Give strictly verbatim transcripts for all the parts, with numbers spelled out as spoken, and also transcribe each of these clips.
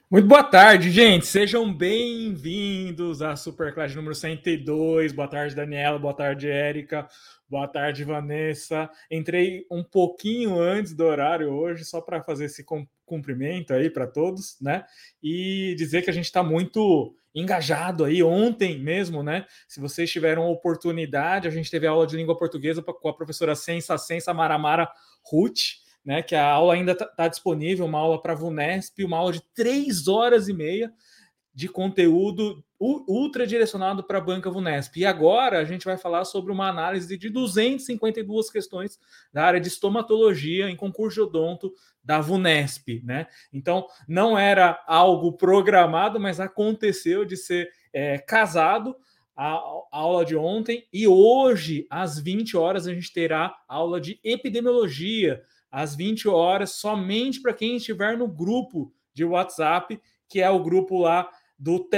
Muito boa tarde, gente. Sejam bem-vindos à Superclass número cento e dois. Boa tarde, Daniela. Boa tarde, Érica. Boa tarde, Vanessa. Entrei um pouquinho antes do horário hoje, só para fazer esse cumprimento aí para todos, né? E dizer que a gente está muito engajado aí ontem mesmo, né? Se vocês tiveram oportunidade, a gente teve aula de língua portuguesa com a professora Sensa Sensa Maramara Ruth, né, que a aula ainda está tá disponível, uma aula para a VUNESP, uma aula de três horas e meia de conteúdo ultra direcionado para a banca VUNESP. E agora a gente vai falar sobre uma análise de duzentas e cinquenta e duas questões da área de estomatologia em concurso de odonto da VUNESP, né? Então, não era algo programado, mas aconteceu de ser é, casado a, a aula de ontem, e hoje, às vinte horas, a gente terá aula de epidemiologia, às vinte horas, somente para quem estiver no grupo de WhatsApp, que é o grupo lá do,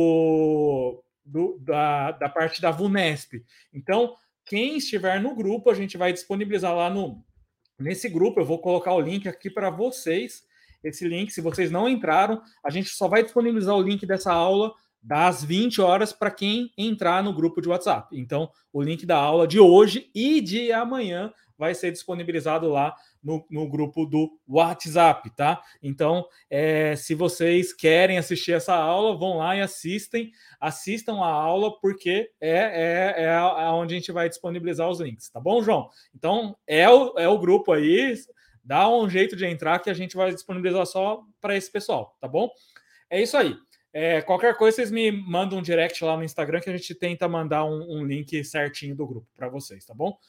do, do da, da parte da VUNESP. Então, quem estiver no grupo, a gente vai disponibilizar lá no, nesse grupo. Eu vou colocar o link aqui para vocês. Esse link, se vocês não entraram, a gente só vai disponibilizar o link dessa aula das vinte horas para quem entrar no grupo de WhatsApp. Então, o link da aula de hoje e de amanhã vai ser disponibilizado lá no, no grupo do WhatsApp, tá? Então, é, se vocês querem assistir essa aula, vão lá e assistem, assistam a aula, porque é, é, é onde a gente vai disponibilizar os links, tá bom, João? Então, é o, é o grupo aí, dá um jeito de entrar que a gente vai disponibilizar só para esse pessoal, tá bom? É isso aí. É, qualquer coisa, vocês me mandam um direct lá no Instagram que a gente tenta mandar um, um link certinho do grupo para vocês, tá bom?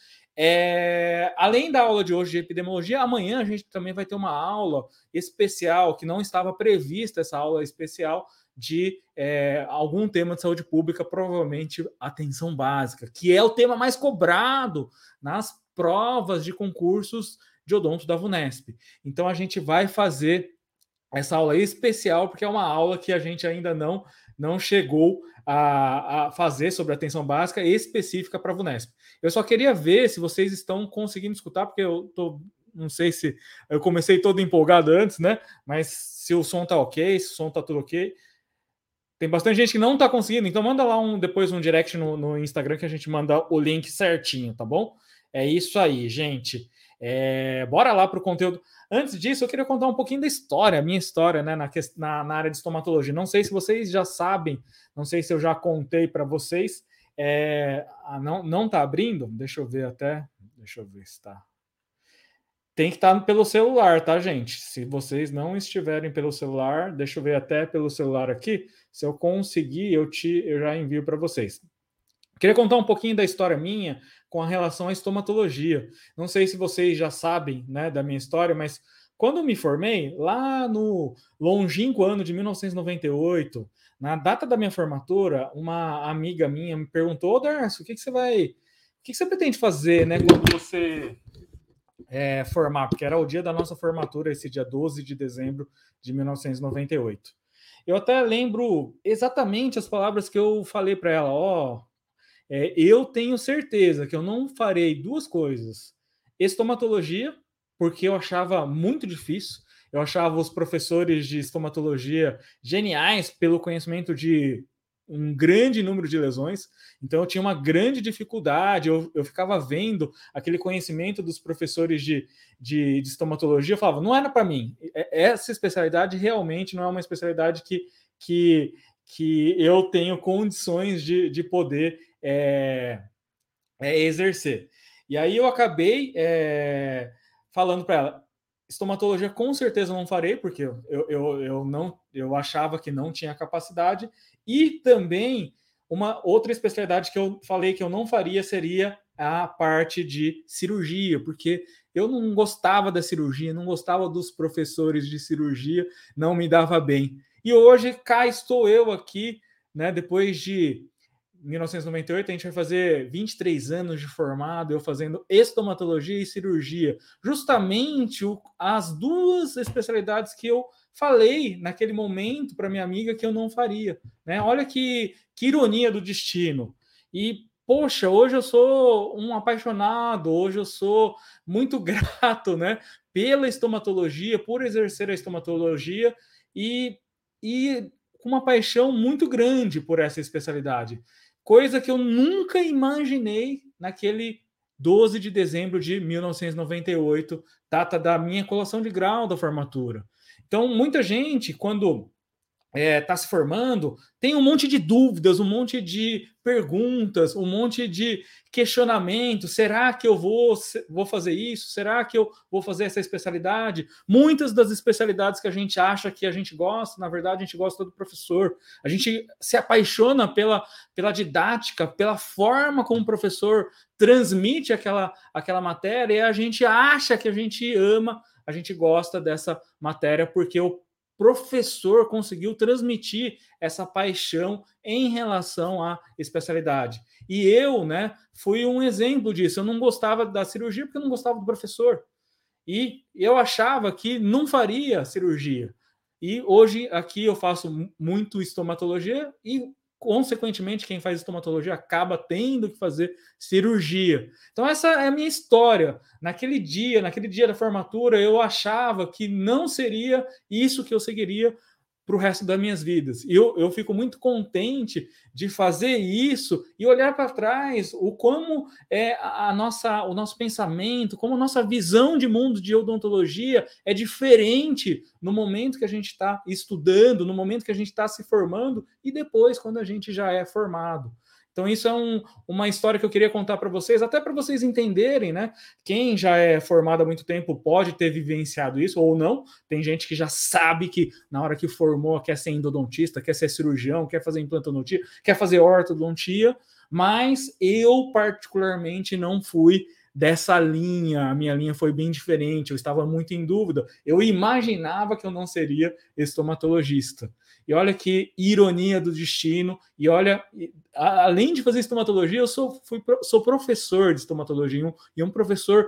É, além da aula de hoje de epidemiologia, amanhã a gente também vai ter uma aula especial, que não estava prevista essa aula especial, de é, algum tema de saúde pública, provavelmente atenção básica, que é o tema mais cobrado nas provas de concursos de odonto da VUNESP. Então a gente vai fazer essa aula especial, porque é uma aula que a gente ainda não, não chegou a, a fazer sobre atenção básica específica para a VUNESP. Eu só queria ver se vocês estão conseguindo escutar, porque eu tô, não sei se eu comecei todo empolgado antes, né? Mas se o som tá ok, se o som tá tudo ok. Tem bastante gente que não tá conseguindo, então manda lá um, depois um direct no, no Instagram que a gente manda o link certinho, tá bom? É isso aí, gente. É, bora lá para o conteúdo. Antes disso, eu queria contar um pouquinho da história, a minha história, né, na, na, na área de estomatologia. Não sei se vocês já sabem, não sei se eu já contei para vocês. É, ah, não, não tá abrindo? Deixa eu ver até. Deixa eu ver se tá. Tem que estar pelo celular, tá, gente? Se vocês não estiverem pelo celular, deixa eu ver até pelo celular aqui. Se eu conseguir, eu, te, eu já envio para vocês. Queria contar um pouquinho da história minha com a relação à estomatologia. Não sei se vocês já sabem, né, da minha história, mas quando eu me formei, lá no longínquo ano de mil novecentos e noventa e oito, na data da minha formatura, uma amiga minha me perguntou: "Ô, Darcio, o que, que você vai, o que, que você pretende fazer, né, quando você é, formar?" Porque era o dia da nossa formatura, esse dia doze de dezembro de mil novecentos e noventa e oito. Eu até lembro exatamente as palavras que eu falei para ela: ó, oh, é, eu tenho certeza que eu não farei duas coisas: estomatologia, porque eu achava muito difícil, eu achava os professores de estomatologia geniais pelo conhecimento de um grande número de lesões, então eu tinha uma grande dificuldade, eu, eu ficava vendo aquele conhecimento dos professores de, de, de estomatologia, eu falava, não era para mim, essa especialidade realmente não é uma especialidade que, que, que eu tenho condições de, de poder é, é, exercer. E aí eu acabei é, falando para ela, estomatologia com certeza não farei, porque eu, eu, eu, não, eu achava que não tinha capacidade, e também uma outra especialidade que eu falei que eu não faria seria a parte de cirurgia, porque eu não gostava da cirurgia, não gostava dos professores de cirurgia, não me dava bem. E hoje cá estou eu aqui, né, depois de mil novecentos e noventa e oito, a gente vai fazer vinte e três anos de formado, eu fazendo estomatologia e cirurgia. Justamente o, as duas especialidades que eu falei naquele momento para minha amiga que eu não faria. Né? Olha que, que ironia do destino. E, poxa, hoje eu sou um apaixonado, hoje eu sou muito grato, né, pela estomatologia, por exercer a estomatologia, e e com uma paixão muito grande por essa especialidade, coisa que eu nunca imaginei naquele doze de dezembro de mil novecentos e noventa e oito, data da minha colação de grau da formatura. Então, muita gente, quando está é, tá se formando, tem um monte de dúvidas, um monte de perguntas, um monte de questionamentos. Será que eu vou, vou fazer isso? Será que eu vou fazer essa especialidade? Muitas das especialidades que a gente acha que a gente gosta, na verdade, a gente gosta do professor. A gente se apaixona pela, pela didática, pela forma como o professor transmite aquela, aquela matéria, e a gente acha que a gente ama, a gente gosta dessa matéria porque o professor conseguiu transmitir essa paixão em relação à especialidade. E eu, né, fui um exemplo disso. Eu não gostava da cirurgia porque eu não gostava do professor. E eu achava que não faria cirurgia. E hoje aqui eu faço muito estomatologia e, consequentemente, quem faz estomatologia acaba tendo que fazer cirurgia. Então essa é a minha história. Naquele dia, naquele dia da formatura, eu achava que não seria isso que eu seguiria para o resto das minhas vidas. E eu, eu fico muito contente de fazer isso e olhar para trás o como é a nossa, o nosso pensamento, como a nossa visão de mundo de odontologia é diferente no momento que a gente está estudando, no momento que a gente está se formando e depois quando a gente já é formado. Então, isso é um, uma história que eu queria contar para vocês, até para vocês entenderem, né? Quem já é formado há muito tempo pode ter vivenciado isso ou não. Tem gente que já sabe que na hora que formou quer ser endodontista, quer ser cirurgião, quer fazer implantodontia, quer fazer ortodontia, mas eu, particularmente, não fui dessa linha. A minha linha foi bem diferente, eu estava muito em dúvida. Eu imaginava que eu não seria estomatologista. E olha que ironia do destino. E olha, além de fazer estomatologia, eu sou, fui, sou professor de estomatologia e um, e um professor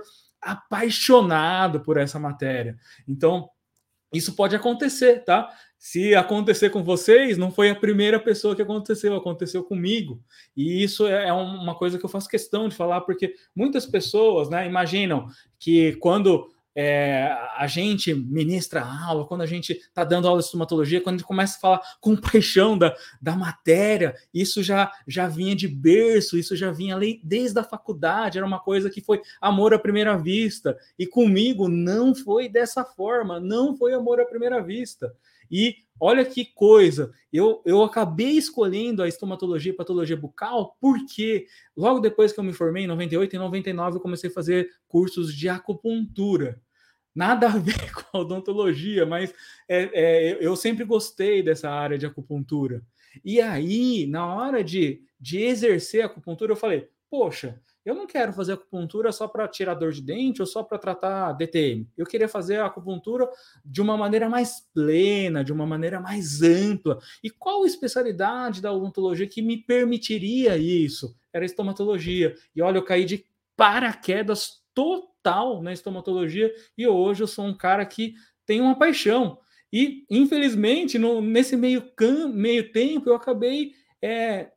apaixonado por essa matéria. Então, isso pode acontecer, tá? Se acontecer com vocês, não foi a primeira pessoa que aconteceu, aconteceu comigo. E isso é uma coisa que eu faço questão de falar, porque muitas pessoas, né, imaginam que quando é, a gente ministra aula, quando a gente está dando aula de estomatologia, quando a gente começa a falar com paixão da, da matéria, isso já, já vinha de berço, isso já vinha desde a faculdade, era uma coisa que foi amor à primeira vista. E comigo não foi dessa forma, não foi amor à primeira vista. E olha que coisa, eu, eu acabei escolhendo a estomatologia e patologia bucal porque logo depois que eu me formei, em noventa e oito e noventa e nove, eu comecei a fazer cursos de acupuntura. Nada a ver com a odontologia, mas é, é, eu sempre gostei dessa área de acupuntura. E aí, na hora de, de exercer a acupuntura, eu falei, poxa, eu não quero fazer acupuntura só para tirar dor de dente ou só para tratar D T M. Eu queria fazer a acupuntura de uma maneira mais plena, de uma maneira mais ampla. E qual especialidade da odontologia que me permitiria isso? Era a estomatologia. E olha, eu caí de paraquedas total na estomatologia e hoje eu sou um cara que tem uma paixão. E, infelizmente, no, nesse meio, cam, meio tempo, eu acabei é,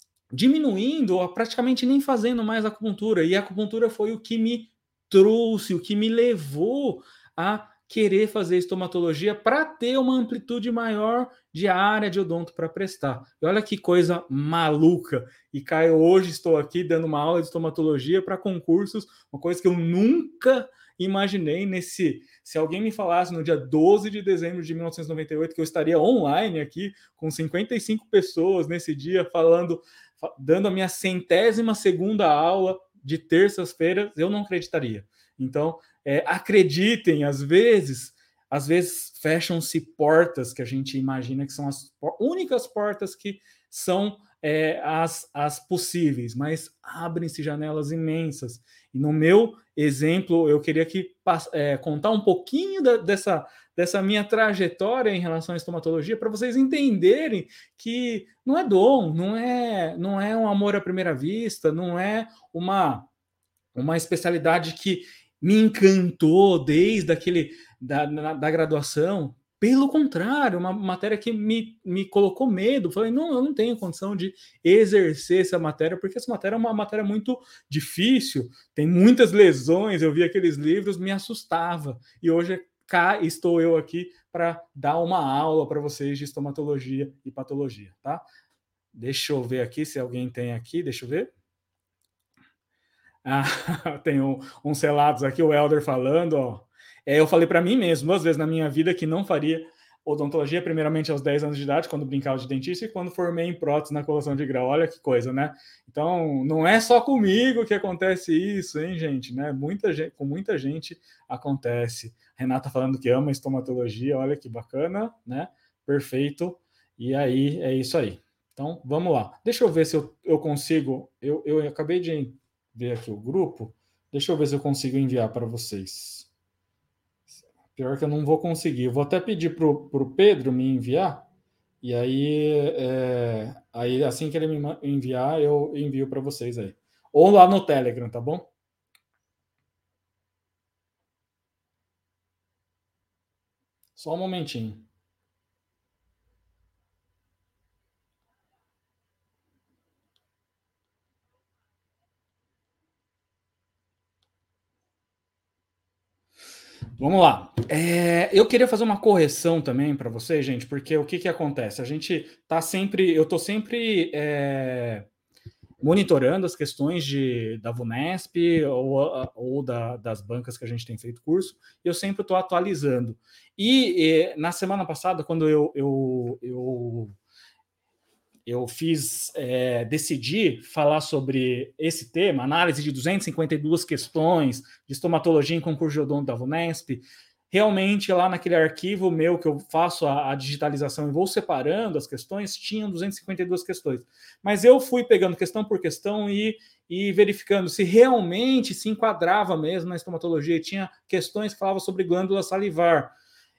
diminuindo ou praticamente nem fazendo mais acupuntura. E a acupuntura foi o que me trouxe, o que me levou a querer fazer estomatologia para ter uma amplitude maior de área de odonto para prestar. E olha que coisa maluca. E Caio, hoje estou aqui dando uma aula de estomatologia para concursos, uma coisa que eu nunca imaginei nesse... Se alguém me falasse no dia doze de dezembro de mil novecentos e noventa e oito que eu estaria online aqui com cinquenta e cinco pessoas nesse dia falando, dando a minha centésima segunda aula de terças-feiras, eu não acreditaria. Então, é, acreditem, às vezes, às vezes fecham-se portas que a gente imagina que são as únicas portas que são é, as, as possíveis, mas abrem-se janelas imensas. E no meu exemplo, eu queria que, é, contar um pouquinho da, dessa, dessa minha trajetória em relação à estomatologia para vocês entenderem que não é dom, não é, não é um amor à primeira vista, não é uma, uma especialidade que me encantou desde aquele, da, da, da graduação. Pelo contrário, uma matéria que me, me colocou medo. Falei, não, eu não tenho condição de exercer essa matéria, porque essa matéria é uma matéria muito difícil, tem muitas lesões, eu vi aqueles livros, me assustava. E hoje cá estou eu aqui para dar uma aula para vocês de estomatologia e patologia, tá? Deixa eu ver aqui se alguém tem aqui, deixa eu ver. Ah, tem um, uns relatos aqui, o Helder falando, ó. É, eu falei para mim mesmo, duas vezes na minha vida, que não faria odontologia, primeiramente aos dez anos de idade, quando brincava de dentista, e quando formei em prótese na colação de grau. Olha que coisa, né? Então, não é só comigo que acontece isso, hein, gente? Né? Muita gente, com muita gente acontece. Renata falando que ama estomatologia, olha que bacana, né? Perfeito. E aí, é isso aí. Então, vamos lá. Deixa eu ver se eu, eu consigo. Eu, eu acabei de ver aqui o grupo. Deixa eu ver se eu consigo enviar para vocês. Pior que eu não vou conseguir. Eu vou até pedir para o Pedro me enviar. E aí, é, aí, assim que ele me enviar, eu envio para vocês aí. Ou lá no Telegram, tá bom? Só um momentinho. Vamos lá. É, eu queria fazer uma correção também para vocês, gente, porque o que, que acontece? A gente tá sempre, eu tô sempre é, monitorando as questões de, da VUNESP ou, ou da, das bancas que a gente tem feito curso, e eu sempre estou atualizando. E, e na semana passada, quando eu, eu, eu eu fiz, é, decidi falar sobre esse tema, análise de duzentas e cinquenta e duas questões de estomatologia em concurso de odonto da VUNESP. Realmente, lá naquele arquivo meu que eu faço a, a digitalização e vou separando as questões, tinham duzentas e cinquenta e duas questões. Mas eu fui pegando questão por questão e, e verificando se realmente se enquadrava mesmo na estomatologia. E tinha questões que falavam sobre glândula salivar.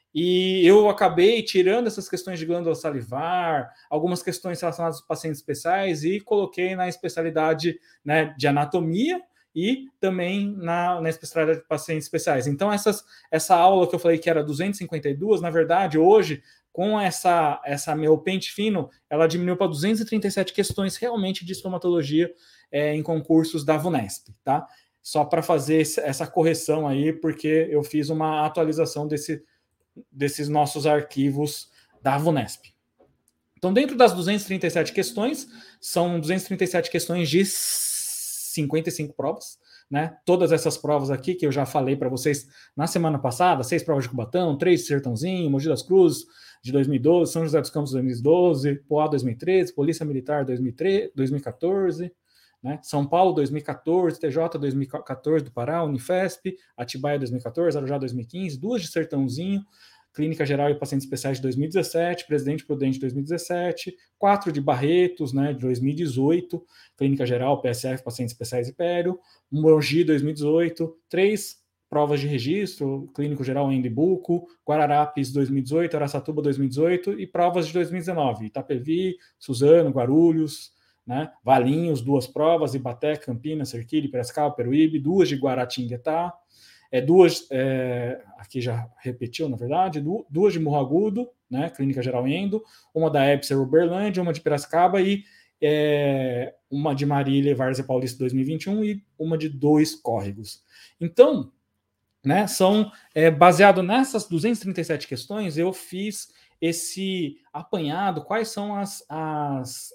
E eu acabei tirando essas questões de glândula salivar, algumas questões relacionadas aos pacientes especiais e coloquei na especialidade, né, de anatomia e também na, na especialidade de pacientes especiais. Então, essas, essa aula que eu falei que era duzentas e cinquenta e duas, na verdade, hoje, com essa, essa meu pente fino, ela diminuiu para duzentas e trinta e sete questões realmente de estomatologia é, em concursos da VUNESP, tá? Só para fazer essa correção aí, porque eu fiz uma atualização desse desses nossos arquivos da VUNESP. Então, dentro das duzentas e trinta e sete questões, são duzentas e trinta e sete questões de cinquenta e cinco provas, né? Todas essas provas aqui que eu já falei para vocês na semana passada, seis provas de Cubatão, três de Sertãozinho, Mogi das Cruzes de dois mil e doze, São José dos Campos dois mil e doze, Poá dois mil e treze, Polícia Militar dois mil e treze, dois mil e quatorze, né? São Paulo dois mil e quatorze, T J dois mil e quatorze do Pará, Unifesp, Atibaia dois mil e quatorze, Arujá dois mil e quinze, duas de Sertãozinho, Clínica Geral e Pacientes Especiais de dois mil e dezessete, Presidente Prudente de dois mil e dezessete, quatro de Barretos, né, de dois mil e dezoito, Clínica Geral, P S F, Pacientes Especiais Império, Mogi dois mil e dezoito, três provas de registro, Clínico Geral Embu, Guararapes dois mil e dezoito, Araçatuba dois mil e dezoito e provas de dois mil e dezenove, Itapevi, Suzano, Guarulhos, né, Valinhos, duas provas, Ibaté, Campinas, Serquilho, Piracicaba, Peruíbe, duas de Guaratinguetá, é, duas, é, aqui já repetiu, na verdade, duas de Morro Agudo, né, Clínica Geral Endo, uma da Epser Uberlândia, uma de Piracicaba e é, uma de Marília Várzea Paulista dois mil e vinte e um e uma de Dois Córregos. Então, né, são, é, baseado nessas duzentas e trinta e sete questões, eu fiz esse apanhado, quais são as, as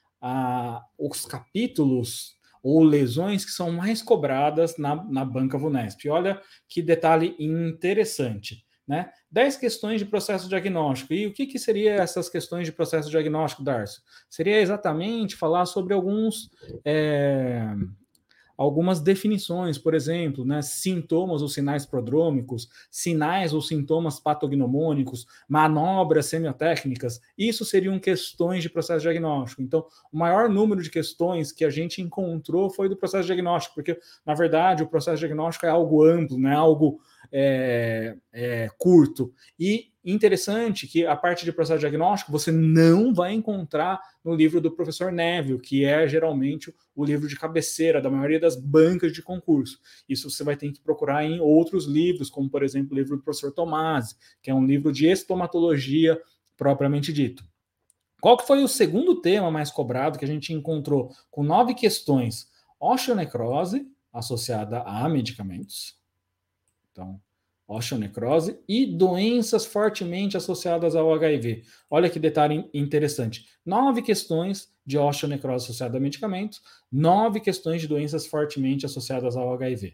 a, os capítulos ou lesões que são mais cobradas na, na banca VUNESP. Olha que detalhe interessante, né? dez questões de processo diagnóstico. E o que, que seria essas questões de processo diagnóstico, Darcio? Seria exatamente falar sobre alguns... É, algumas definições, por exemplo, né, sintomas ou sinais prodrômicos, sinais ou sintomas patognomônicos, manobras semiotécnicas, isso seriam questões de processo diagnóstico. Então, o maior número de questões que a gente encontrou foi do processo diagnóstico, porque, na verdade, o processo diagnóstico é algo amplo, não é algo é, é, curto. E interessante que a parte de processo diagnóstico você não vai encontrar no livro do professor Neville, que é geralmente o livro de cabeceira da maioria das bancas de concurso. Isso você vai ter que procurar em outros livros, como, por exemplo, o livro do professor Tomasi, que é um livro de estomatologia propriamente dito. Qual que foi o segundo tema mais cobrado que a gente encontrou com nove questões? Osteonecrose associada a medicamentos. Então, osteonecrose e doenças fortemente associadas ao H I V. Olha que detalhe interessante. Nove questões de osteonecrose associada a medicamentos, nove questões de doenças fortemente associadas ao H I V.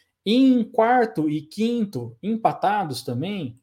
Em quarto e quinto, empatados também,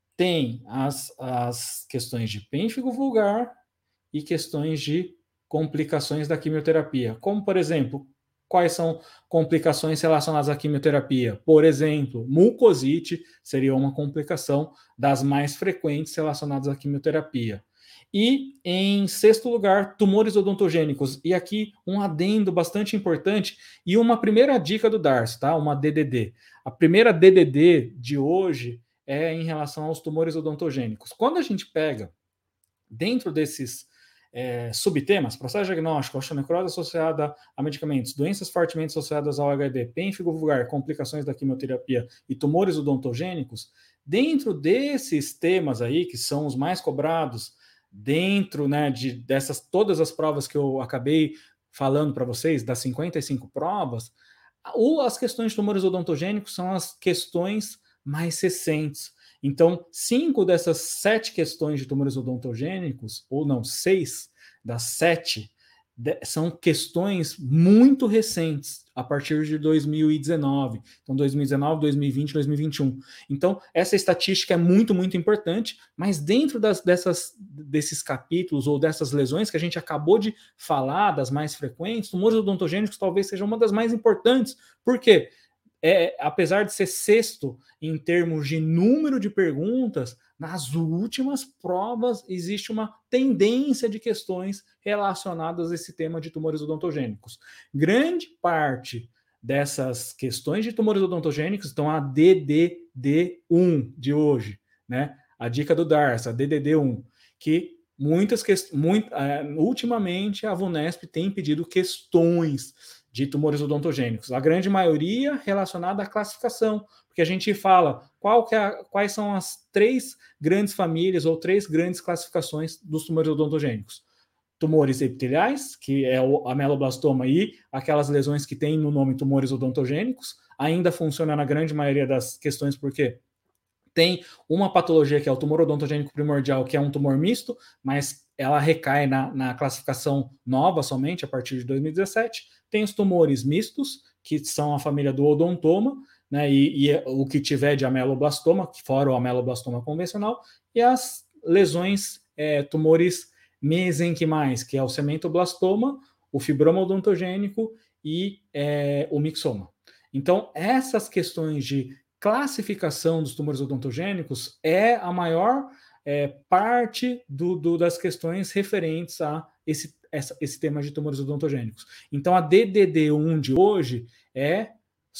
tem as, as questões de pênfigo vulgar e questões de complicações da quimioterapia. Como, por exemplo, quais são complicações relacionadas à quimioterapia? Por exemplo, mucosite seria uma complicação das mais frequentes relacionadas à quimioterapia. E, em sexto lugar, tumores odontogênicos. E aqui um adendo bastante importante e uma primeira dica do Darcy, tá? Uma D D D. A primeira D D D de hoje é em relação aos tumores odontogênicos. Quando a gente pega dentro desses é, subtemas, processo diagnóstico, osteonecrose associada a medicamentos, doenças fortemente associadas ao H I V, pênfigo vulgar, complicações da quimioterapia e tumores odontogênicos, dentro desses temas aí, que são os mais cobrados, dentro, né, de dessas todas as provas que eu acabei falando para vocês, das cinquenta e cinco provas, ou as questões de tumores odontogênicos são as questões mais recentes. Então, cinco dessas sete questões de tumores odontogênicos, ou não, seis das sete, de, são questões muito recentes, a partir de dois mil e dezenove. Então, dois mil e dezenove, dois mil e vinte, dois mil e vinte e um. Então, essa estatística é muito, muito importante, mas dentro das, dessas, desses capítulos ou dessas lesões que a gente acabou de falar, das mais frequentes, tumores odontogênicos talvez seja uma das mais importantes. Por quê? É, apesar de ser sexto em termos de número de perguntas, nas últimas provas existe uma tendência de questões relacionadas a esse tema de tumores odontogênicos. Grande parte dessas questões de tumores odontogênicos estão a D D D um de hoje, né? A dica do Darcy, a D D D um, que muitas muito, uh, ultimamente a VUNESP tem pedido questões de tumores odontogênicos. A grande maioria relacionada à classificação, porque a gente fala qual que é, quais são as três grandes famílias ou três grandes classificações dos tumores odontogênicos. Tumores epiteliais, que é o ameloblastoma e aquelas lesões que tem no nome tumores odontogênicos, ainda funciona na grande maioria das questões, porque tem uma patologia que é o tumor odontogênico primordial, que é um tumor misto, mas ela recai na, na classificação nova somente a partir de dois mil e dezessete. Tem os tumores mistos, que são a família do odontoma, né, e, e o que tiver de ameloblastoma, fora o ameloblastoma convencional, e as lesões, é, tumores mesenquimais, que é o cementoblastoma, o fibroma odontogênico e é, o mixoma. Então, essas questões de classificação dos tumores odontogênicos é a maior é, parte do, do, das questões referentes a esse, essa, esse tema de tumores odontogênicos. Então, a D D D um de hoje é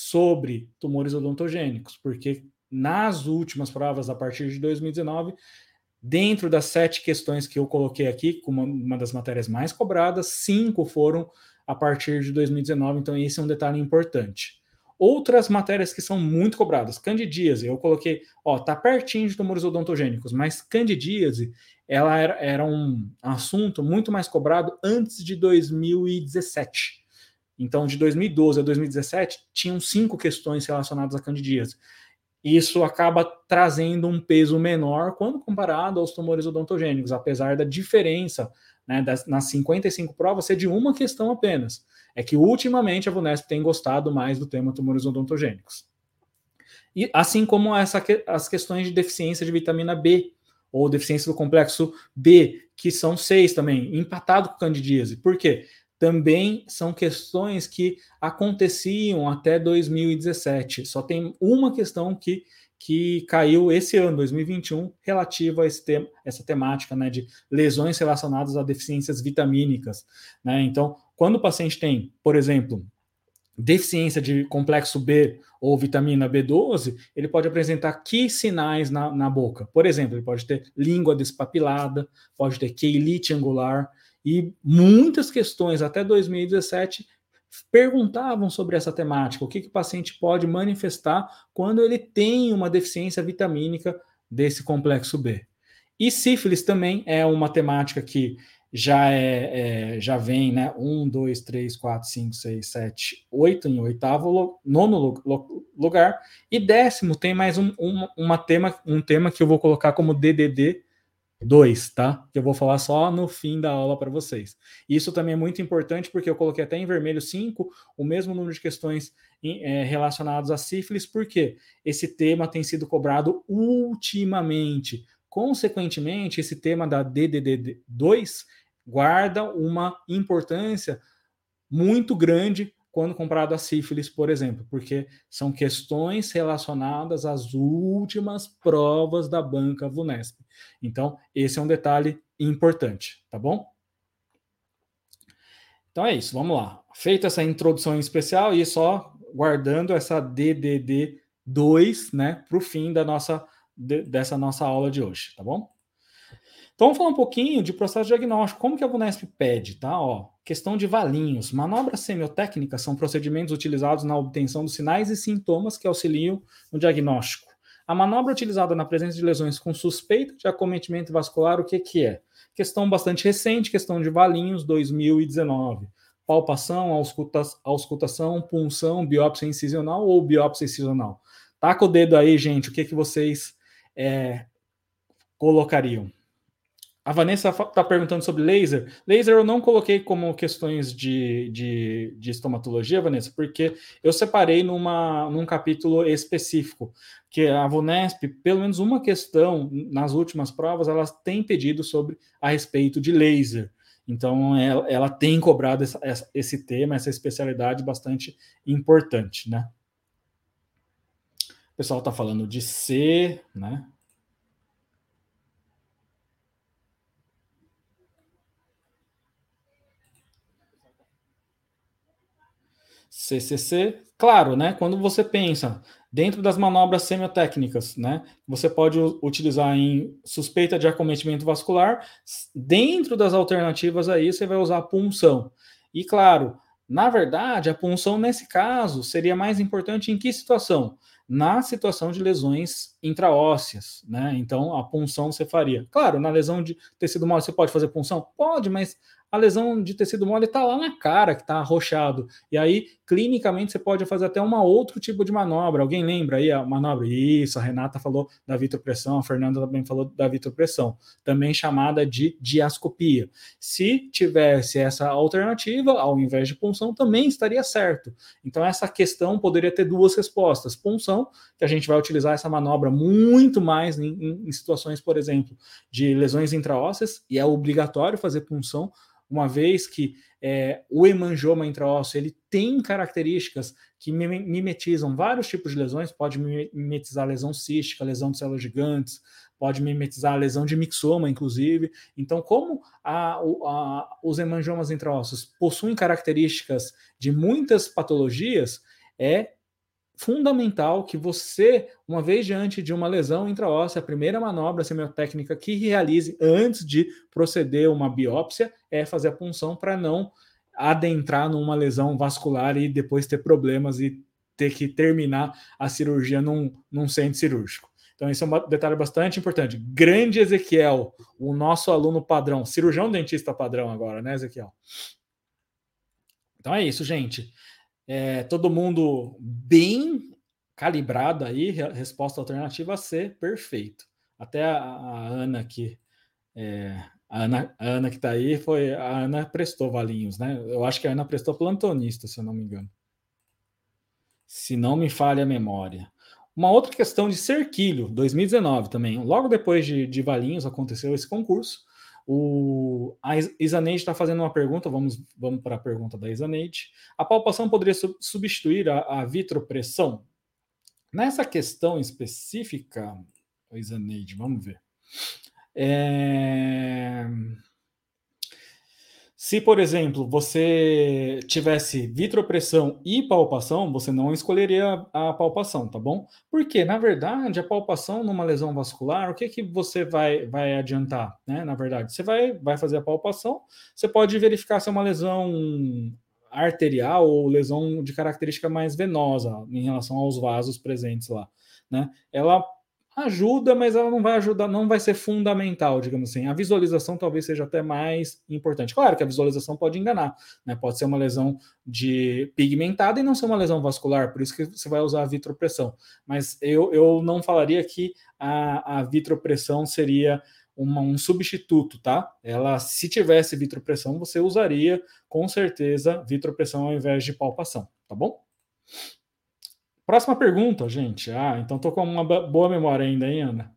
sobre tumores odontogênicos, porque nas últimas provas, a partir de dois mil e dezenove, dentro das sete questões que eu coloquei aqui, como uma, uma das matérias mais cobradas, cinco foram a partir de dois mil e dezenove, então esse é um detalhe importante. Outras matérias que são muito cobradas, candidíase, eu coloquei, ó, tá pertinho de tumores odontogênicos, mas candidíase, ela era, era um assunto muito mais cobrado antes de dois mil e dezessete. Então, de dois mil e doze a dois mil e dezessete, tinham cinco questões relacionadas à candidíase. Isso acaba trazendo um peso menor quando comparado aos tumores odontogênicos, apesar da diferença, né, das, nas cinquenta e cinco provas ser de uma questão apenas. É que ultimamente a VUNESP tem gostado mais do tema tumores odontogênicos. E assim como essa, as questões de deficiência de vitamina B, ou deficiência do complexo B, que são seis também, empatado com candidíase. Por quê? Também são questões que aconteciam até dois mil e dezessete. Só tem uma questão que, que caiu esse ano, dois mil e vinte e um, relativa a esse tema, essa temática, né, de lesões relacionadas a deficiências vitamínicas, né? Então, quando o paciente tem, por exemplo, deficiência de complexo B ou vitamina B doze, ele pode apresentar que sinais na, na boca? Por exemplo, ele pode ter língua despapilada, pode ter queilite angular, e muitas questões até dois mil e dezessete perguntavam sobre essa temática, o que, que o paciente pode manifestar quando ele tem uma deficiência vitamínica desse complexo B. E sífilis também é uma temática que já é, é, já vem, né, um, dois, três, quatro, cinco, seis, sete, oito em oitavo, nono lugar, e décimo tem mais um, um, uma tema, um tema que eu vou colocar como D D D dois, tá? Que eu vou falar só no fim da aula para vocês. Isso também é muito importante porque eu coloquei até em vermelho cinco o mesmo número de questões em, é, relacionadas a sífilis, porque esse tema tem sido cobrado ultimamente. Consequentemente, esse tema da D D D dois guarda uma importância muito grande quando comparado a sífilis, por exemplo, porque são questões relacionadas às últimas provas da banca VUNESP. Então, esse é um detalhe importante, tá bom? Então é isso, vamos lá. Feita essa introdução em especial e só guardando essa D D D dois, né, para o fim da nossa, de, dessa nossa aula de hoje, tá bom? Então vamos falar um pouquinho de processo diagnóstico. Como que a VUNESP pede, tá? Ó, questão de valinhos. Manobras semiotécnicas são procedimentos utilizados na obtenção dos sinais e sintomas que auxiliam no diagnóstico. A manobra utilizada na presença de lesões com suspeita de acometimento vascular, o que que é? Questão bastante recente, questão de valinhos, dois mil e dezenove. Palpação, auscultação, punção, biópsia incisional ou biópsia incisional. Taca o dedo aí, gente, o que que vocês é, colocariam? A Vanessa está perguntando sobre laser. Laser eu não coloquei como questões de, de, de estomatologia, Vanessa, porque eu separei numa, num capítulo específico, que a VUNESP, pelo menos uma questão nas últimas provas, elas têm pedido sobre a respeito de laser. Então, ela, ela tem cobrado essa, essa, esse tema, essa especialidade bastante importante, né? O pessoal está falando de C, né? C C C, claro, né? Quando você pensa dentro das manobras semiotécnicas, né? Você pode utilizar em suspeita de acometimento vascular. Dentro das alternativas aí, você vai usar a punção. E claro, na verdade, a punção nesse caso seria mais importante em que situação? Na situação de lesões intraósseas, né? Então a punção você faria. Claro, na lesão de tecido mole você pode fazer punção? Pode, mas a lesão de tecido mole está lá na cara, que está arrochado. E aí, clinicamente, você pode fazer até um outro tipo de manobra. Alguém lembra aí a manobra? Isso, a Renata falou da vitropressão, a Fernanda também falou da vitropressão, também chamada de diascopia. Se tivesse essa alternativa, ao invés de punção, também estaria certo. Então, essa questão poderia ter duas respostas. Punção, que a gente vai utilizar essa manobra muito mais em, em, em situações, por exemplo, de lesões intraósseas, e é obrigatório fazer punção, uma vez que é, o hemangioma intraósseo ele tem características que mimetizam vários tipos de lesões, pode mimetizar lesão cística, lesão de células gigantes, pode mimetizar a lesão de mixoma, inclusive. Então, como a, a, os hemangiomas intraósseos possuem características de muitas patologias, é fundamental que você, uma vez diante de uma lesão intraóssea, a primeira manobra semiotécnica que realize antes de proceder uma biópsia é fazer a punção para não adentrar numa lesão vascular e depois ter problemas e ter que terminar a cirurgia num, num centro cirúrgico. Então, esse é um detalhe bastante importante. Grande Ezequiel, o nosso aluno padrão, cirurgião dentista padrão agora, né, Ezequiel? Então é isso, gente. É, todo mundo bem calibrado aí, resposta alternativa C, perfeito. Até a, a Ana aqui, é, a Ana, a Ana que está aí, foi, a Ana prestou valinhos, né? Eu acho que a Ana prestou plantonista, se eu não me engano. Se não me falha a memória. Uma outra questão de Cerquilho, dois mil e dezenove também. Logo depois de, de Valinhos aconteceu esse concurso. O, a Isaneide está fazendo uma pergunta, vamos, vamos para a pergunta da Isaneide. A palpação poderia substituir a, a vitropressão? Nessa questão específica, Isaneide, vamos ver. É... Se, por exemplo, você tivesse vitropressão e palpação, você não escolheria a palpação, tá bom? Porque, na verdade, a palpação numa lesão vascular, o que, que você vai, vai adiantar, né? Na verdade, você vai, vai fazer a palpação, você pode verificar se é uma lesão arterial ou lesão de característica mais venosa em relação aos vasos presentes lá, né? Ela Ajuda, mas ela não vai ajudar, não vai ser fundamental, digamos assim. A visualização talvez seja até mais importante. Claro que a visualização pode enganar, né? Pode ser uma lesão de pigmentada e não ser uma lesão vascular, por isso que você vai usar a vitropressão. Mas eu, eu não falaria que a, a vitropressão seria uma, um substituto, tá? Ela, se tivesse vitropressão, você usaria com certeza vitropressão ao invés de palpação, tá bom? Próxima pergunta, gente. Ah, então tô com uma boa memória ainda, hein, Ana?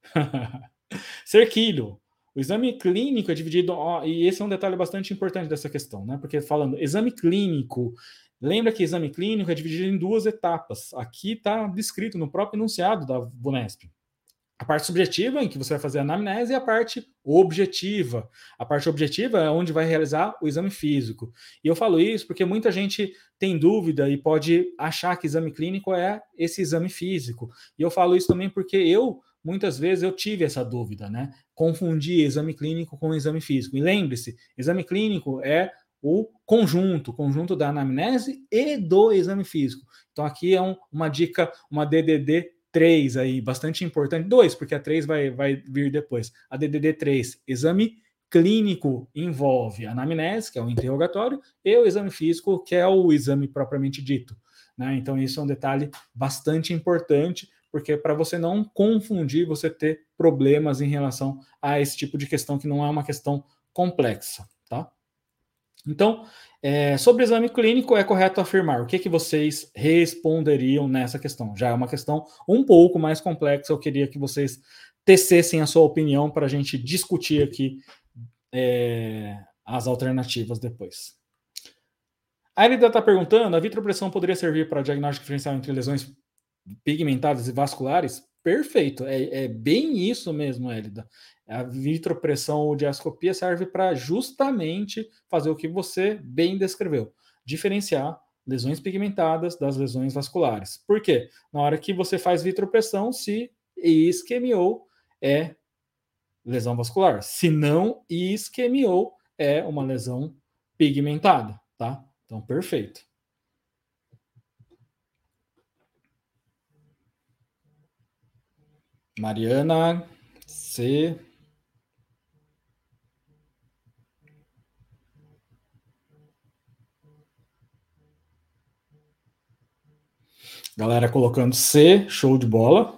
Cerquilho. O exame clínico é dividido, ó, e esse é um detalhe bastante importante dessa questão, né? Porque falando exame clínico, lembra que exame clínico é dividido em duas etapas. Aqui está descrito no próprio enunciado da VUNESP. A parte subjetiva, em que você vai fazer a anamnese, e a parte objetiva. A parte objetiva é onde vai realizar o exame físico. E eu falo isso porque muita gente tem dúvida e pode achar que exame clínico é esse exame físico. E eu falo isso também porque eu, muitas vezes, eu tive essa dúvida, né? Confundi exame clínico com exame físico. E lembre-se, exame clínico é o conjunto, conjunto da anamnese e do exame físico. Então aqui é um, uma dica, uma D D D três aí, bastante importante. Dois, porque a três vai, vai vir depois. A D D D três, exame clínico, envolve a anamnese, que é o interrogatório, e o exame físico, que é o exame propriamente dito. Né? Então, isso é um detalhe bastante importante, porque para você não confundir, você ter problemas em relação a esse tipo de questão, que não é uma questão complexa. Tá? Então, é, sobre o exame clínico, é correto afirmar. O que, que vocês responderiam nessa questão? Já é uma questão um pouco mais complexa. Eu queria que vocês tecessem a sua opinião para a gente discutir aqui é, as alternativas depois. A Elida está perguntando: a vitropressão poderia servir para diagnóstico diferencial entre lesões pigmentadas e vasculares? Perfeito, é, é bem isso mesmo, Elida. A vitropressão ou diascopia serve para justamente fazer o que você bem descreveu, diferenciar lesões pigmentadas das lesões vasculares. Por quê? Na hora que você faz vitropressão, se isquemiou, é lesão vascular. Se não isquemiou, é uma lesão pigmentada, tá? Então, perfeito. Mariana, C. Galera colocando C, show de bola.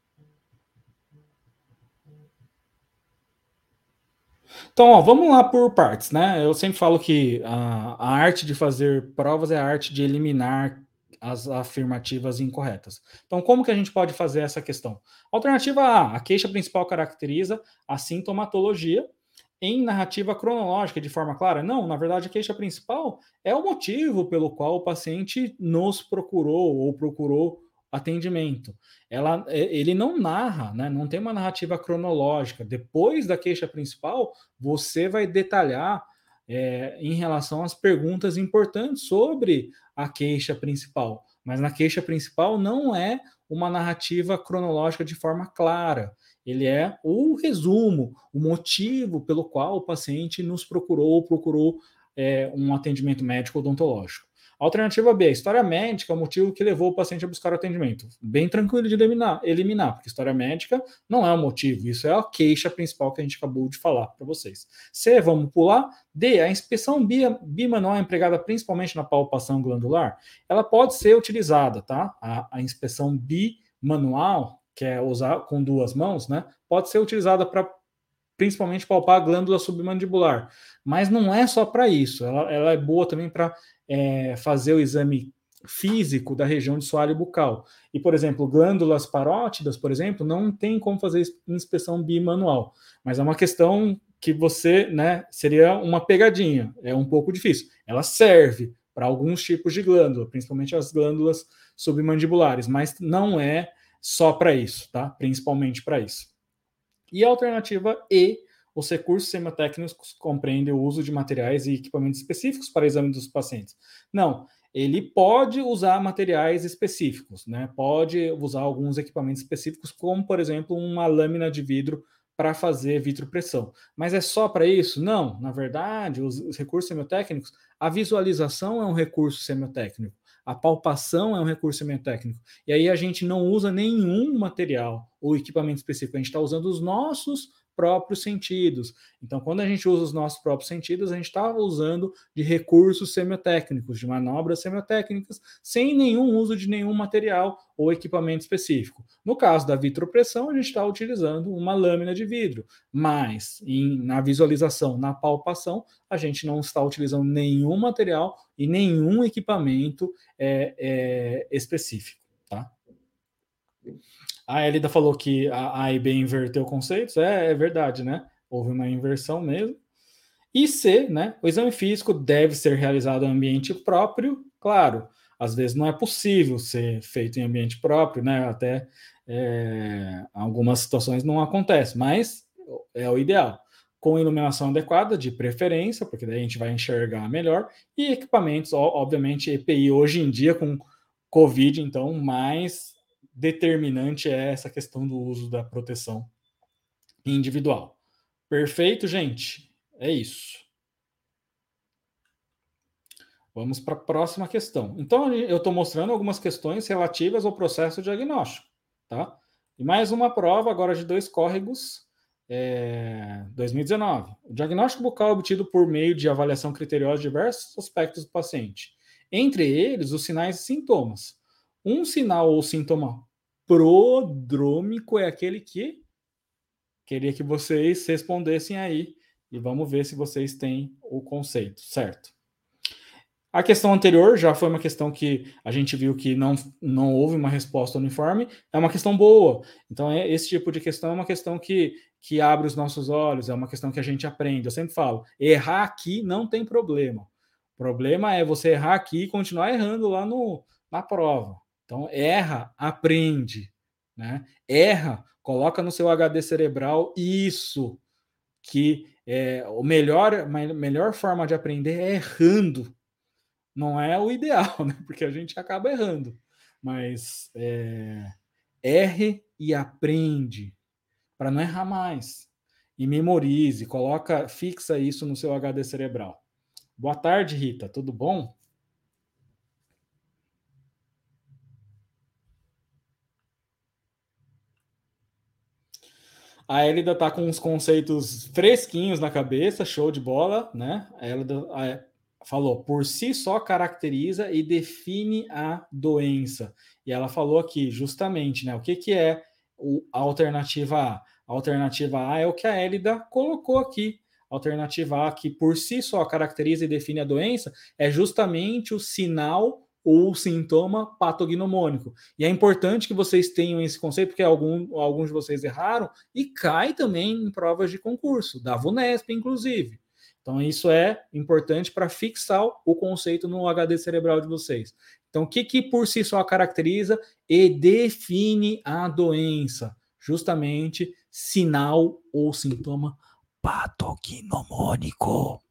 Então, ó, vamos lá por partes, né? Eu sempre falo que a, a arte de fazer provas é a arte de eliminar as afirmativas incorretas. Então, como que a gente pode fazer essa questão? Alternativa A, a queixa principal caracteriza a sintomatologia em narrativa cronológica de forma clara? Não, na verdade, a queixa principal é o motivo pelo qual o paciente nos procurou ou procurou atendimento. Ela, ele não narra, né? Não tem uma narrativa cronológica. Depois da queixa principal, você vai detalhar é, em relação às perguntas importantes sobre a queixa principal. Mas na queixa principal não é uma narrativa cronológica de forma clara. Ele é o resumo, o motivo pelo qual o paciente nos procurou ou procurou é, um atendimento médico odontológico. Alternativa B, a história médica é o motivo que levou o paciente a buscar o atendimento. Bem tranquilo de eliminar, eliminar, porque história médica não é o motivo, isso é a queixa principal que a gente acabou de falar para vocês. C, vamos pular. D, a inspeção bimanual é empregada principalmente na palpação glandular, ela pode ser utilizada, tá? A, a inspeção bimanual, que é usar com duas mãos, né? Pode ser utilizada para principalmente palpar a glândula submandibular. Mas não é só para isso, ela, ela é boa também para é, fazer o exame físico da região de soalho bucal. E, por exemplo, glândulas parótidas, por exemplo, não tem como fazer inspeção bimanual. Mas é uma questão que você, né, seria uma pegadinha, é um pouco difícil. Ela serve para alguns tipos de glândula, principalmente as glândulas submandibulares, mas não é só para isso, tá? Principalmente para isso. E a alternativa E, os recursos semiotécnicos compreendem o uso de materiais e equipamentos específicos para exame dos pacientes. Não, ele pode usar materiais específicos, né? Pode usar alguns equipamentos específicos, como, por exemplo, uma lâmina de vidro para fazer vitropressão. Mas é só para isso? Não, na verdade, os, os recursos semiotécnicos, a visualização é um recurso semiotécnico. A palpação é um recurso semiotécnico. E aí a gente não usa nenhum material ou equipamento específico, a gente está usando os nossos próprios sentidos. Então, quando a gente usa os nossos próprios sentidos, a gente estava usando de recursos semiotécnicos, de manobras semiotécnicas, sem nenhum uso de nenhum material ou equipamento específico. No caso da vitropressão, a gente está utilizando uma lâmina de vidro, mas em, na visualização, na palpação, a gente não está utilizando nenhum material e nenhum equipamento é, é, específico, tá? A Elida falou que a A e B inverteu conceitos. É, é verdade, né? Houve uma inversão mesmo. E C, né? O exame físico deve ser realizado em ambiente próprio. Claro, às vezes não é possível ser feito em ambiente próprio, né? Até é, algumas situações não acontece, mas é o ideal. Com iluminação adequada, de preferência, porque daí a gente vai enxergar melhor, e equipamentos, obviamente, E P I hoje em dia com Covid, então, mais determinante é essa questão do uso da proteção individual. Perfeito, gente? É isso. Vamos para a próxima questão. Então, eu estou mostrando algumas questões relativas ao processo diagnóstico, tá? E mais uma prova agora de dois córregos, é, dois mil e dezenove. O diagnóstico bucal obtido por meio de avaliação criteriosa de diversos aspectos do paciente. Entre eles, os sinais e sintomas. Um sinal ou sintoma prodrômico é aquele que queria que vocês respondessem aí e vamos ver se vocês têm o conceito, certo? A questão anterior já foi uma questão que a gente viu que não, não houve uma resposta uniforme, é uma questão boa. Então, é, esse tipo de questão é uma questão que, que abre os nossos olhos, é uma questão que a gente aprende. Eu sempre falo, errar aqui não tem problema. O problema é você errar aqui e continuar errando lá no, na prova. Então, erra, aprende. Né? Erra, coloca no seu H D cerebral isso, que é, o melhor, a melhor forma de aprender é errando. Não é o ideal, né? Porque a gente acaba errando. Mas é, erre e aprende para não errar mais. E memorize, coloca, fixa isso no seu H D cerebral. Boa tarde, Rita. Tudo bom? A Elida tá com uns conceitos fresquinhos na cabeça, show de bola, né? A Elida falou, por si só caracteriza e define a doença. E ela falou aqui, justamente, né? O que, que é a alternativa A? A alternativa A é o que a Elida colocou aqui. A alternativa A, que por si só caracteriza e define a doença, é justamente o sinal ou sintoma patognomônico. E é importante que vocês tenham esse conceito, porque algum, alguns de vocês erraram, e cai também em provas de concurso, da VUNESP, inclusive. Então, isso é importante para fixar o conceito no H D cerebral de vocês. Então, o que, que por si só caracteriza e define a doença? Justamente sinal ou sintoma patognomônico.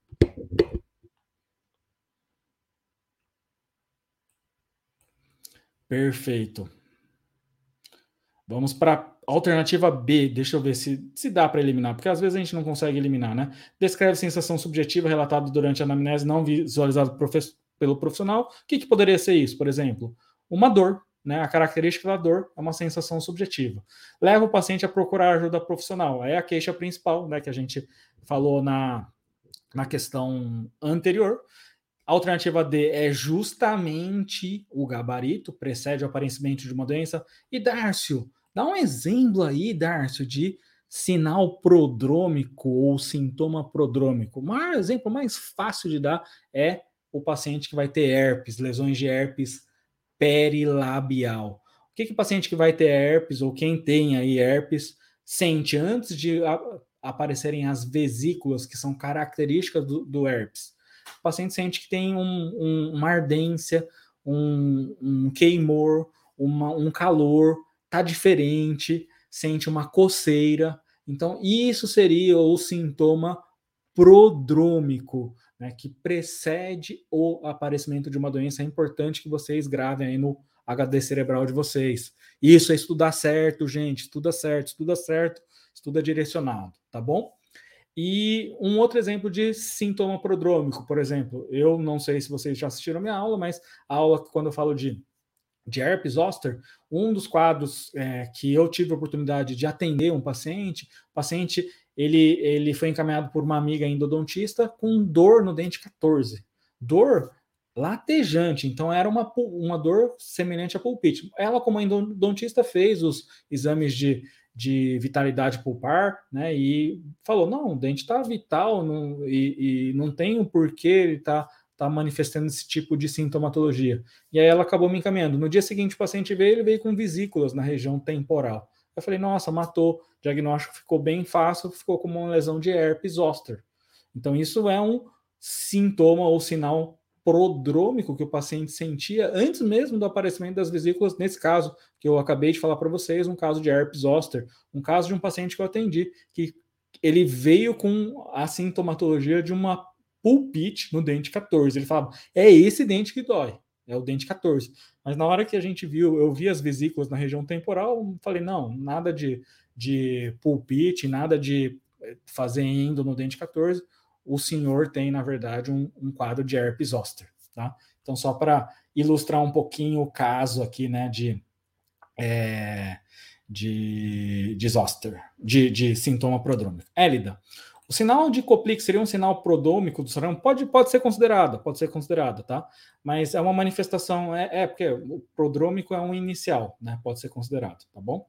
Perfeito. Vamos para a alternativa B. Deixa eu ver se, se dá para eliminar, porque às vezes a gente não consegue eliminar, né? Descreve sensação subjetiva relatada durante a anamnese não visualizada pelo profissional. O que, que poderia ser isso, por exemplo? Uma dor, né? A característica da dor é uma sensação subjetiva. Leva o paciente a procurar ajuda profissional. É a queixa principal, né? Que a gente falou na, na questão anterior. A alternativa D é justamente o gabarito, precede o aparecimento de uma doença. E Dárcio, dá um exemplo aí, Dárcio, de sinal prodrômico ou sintoma prodrômico. O exemplo mais fácil de dar é o paciente que vai ter herpes, lesões de herpes perilabial. O que, que o paciente que vai ter herpes ou quem tem aí herpes sente antes de aparecerem as vesículas que são características do, do herpes? O paciente sente que tem um, um, uma ardência, um, um queimor, uma, um calor, tá diferente, sente uma coceira. Então, isso seria o sintoma prodrômico, né, que precede o aparecimento de uma doença. É importante que vocês gravem aí no H D cerebral de vocês. Isso é estudar certo, gente, estuda certo, estuda certo, estuda direcionado, tá bom? E um outro exemplo de sintoma prodrômico, por exemplo, eu não sei se vocês já assistiram a minha aula, mas a aula, quando eu falo de, de herpes zoster, um dos quadros é, que eu tive a oportunidade de atender um paciente, o paciente ele, ele foi encaminhado por uma amiga endodontista com dor no dente catorze. Dor latejante, então era uma, uma dor semelhante a pulpite. Ela, como endodontista, fez os exames de, de vitalidade pulpar, né, e falou, não, o dente está vital, não, e, e não tem o porquê ele está tá manifestando esse tipo de sintomatologia. E aí ela acabou me encaminhando. No dia seguinte, o paciente veio, ele veio com vesículas na região temporal. Eu falei, nossa, matou, o diagnóstico ficou bem fácil, ficou como uma lesão de herpes zoster. Então isso é um sintoma ou sinal prodrômico que o paciente sentia antes mesmo do aparecimento das vesículas, nesse caso que eu acabei de falar para vocês, um caso de herpes zoster, um caso de um paciente que eu atendi, que ele veio com a sintomatologia de uma pulpite no dente catorze. Ele falava, é esse dente que dói, é o dente catorze. Mas na hora que a gente viu, eu vi as vesículas na região temporal, falei, não, nada de, de pulpite, nada de fazer endo no dente catorze, o senhor tem, na verdade, um, um quadro de herpes zoster, tá? Então, só para ilustrar um pouquinho o caso aqui, né, de, é, de, de zoster, de, de sintoma prodrômico. Élida, o sinal de Koplik seria um sinal prodrômico do sarampo? Pode, pode ser considerado, pode ser considerado, tá? Mas é uma manifestação, é, é porque o prodrômico é um inicial, né? Pode ser considerado, tá bom?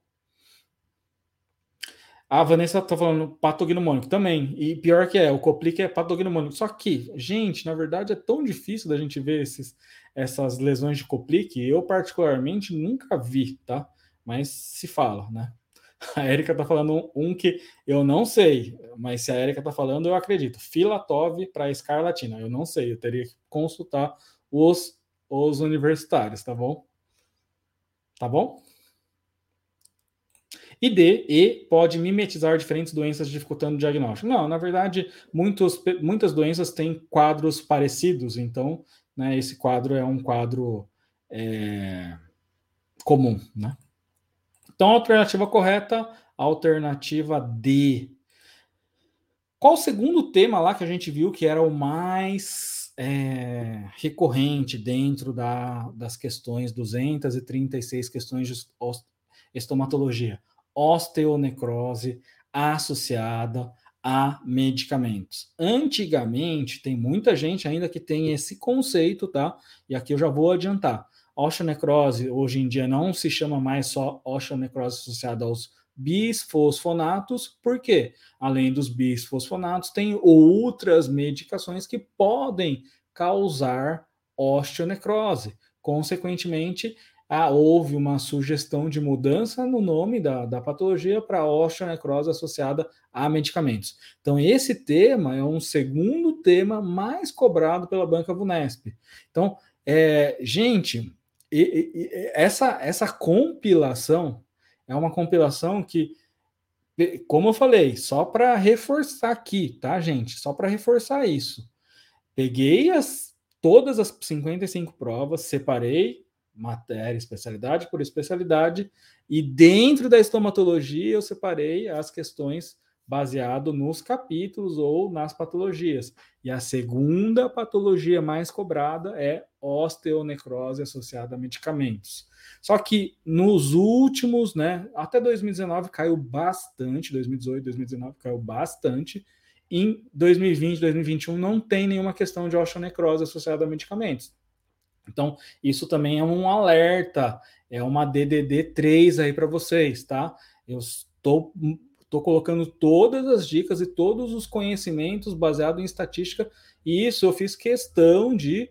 A Vanessa tá falando patognomônico também. E pior que é, o Koplik é patognomônico. Só que, gente, na verdade é tão difícil da gente ver esses, essas lesões de Koplik. Eu, particularmente, nunca vi, tá? Mas se fala, né? A Érica tá falando um que eu não sei, mas se a Érica tá falando, eu acredito. Filatov para escarlatina. Eu não sei, eu teria que consultar os, os universitários, tá bom? Tá bom? E D, E pode mimetizar diferentes doenças dificultando o diagnóstico. Não, na verdade, muitos, muitas doenças têm quadros parecidos, então, né, esse quadro é um quadro é, comum, né? Então, a alternativa correta, alternativa D. Qual o segundo tema lá que a gente viu que era o mais é, recorrente dentro da, das questões duzentas e trinta e seis questões de estomatologia? Osteonecrose associada a medicamentos. Antigamente, tem muita gente ainda que tem esse conceito, tá? E aqui eu já vou adiantar. Osteonecrose, hoje em dia, não se chama mais só osteonecrose associada aos bisfosfonatos, por quê? Além dos bisfosfonatos, tem outras medicações que podem causar osteonecrose. Consequentemente, ah, houve uma sugestão de mudança no nome da, da patologia para osteonecrose associada a medicamentos. Então, esse tema é um segundo tema mais cobrado pela banca Vunesp. Então, é, gente, e, e, essa, essa compilação é uma compilação que, como eu falei, só para reforçar aqui, tá, gente? Só para reforçar isso. Peguei as, todas as cinquenta e cinco provas, separei matéria, especialidade por especialidade, e dentro da estomatologia eu separei as questões baseado nos capítulos ou nas patologias. E a segunda patologia mais cobrada é osteonecrose associada a medicamentos. Só que nos últimos, né, até dois mil e dezenove caiu bastante, dois mil e dezoito, dois mil e dezenove caiu bastante. Em dois mil e vinte, dois mil e vinte e um não tem nenhuma questão de osteonecrose associada a medicamentos. Então, isso também é um alerta, é uma D D D três aí para vocês, tá? Eu estou tô colocando todas as dicas e todos os conhecimentos baseados em estatística, e isso eu fiz questão de,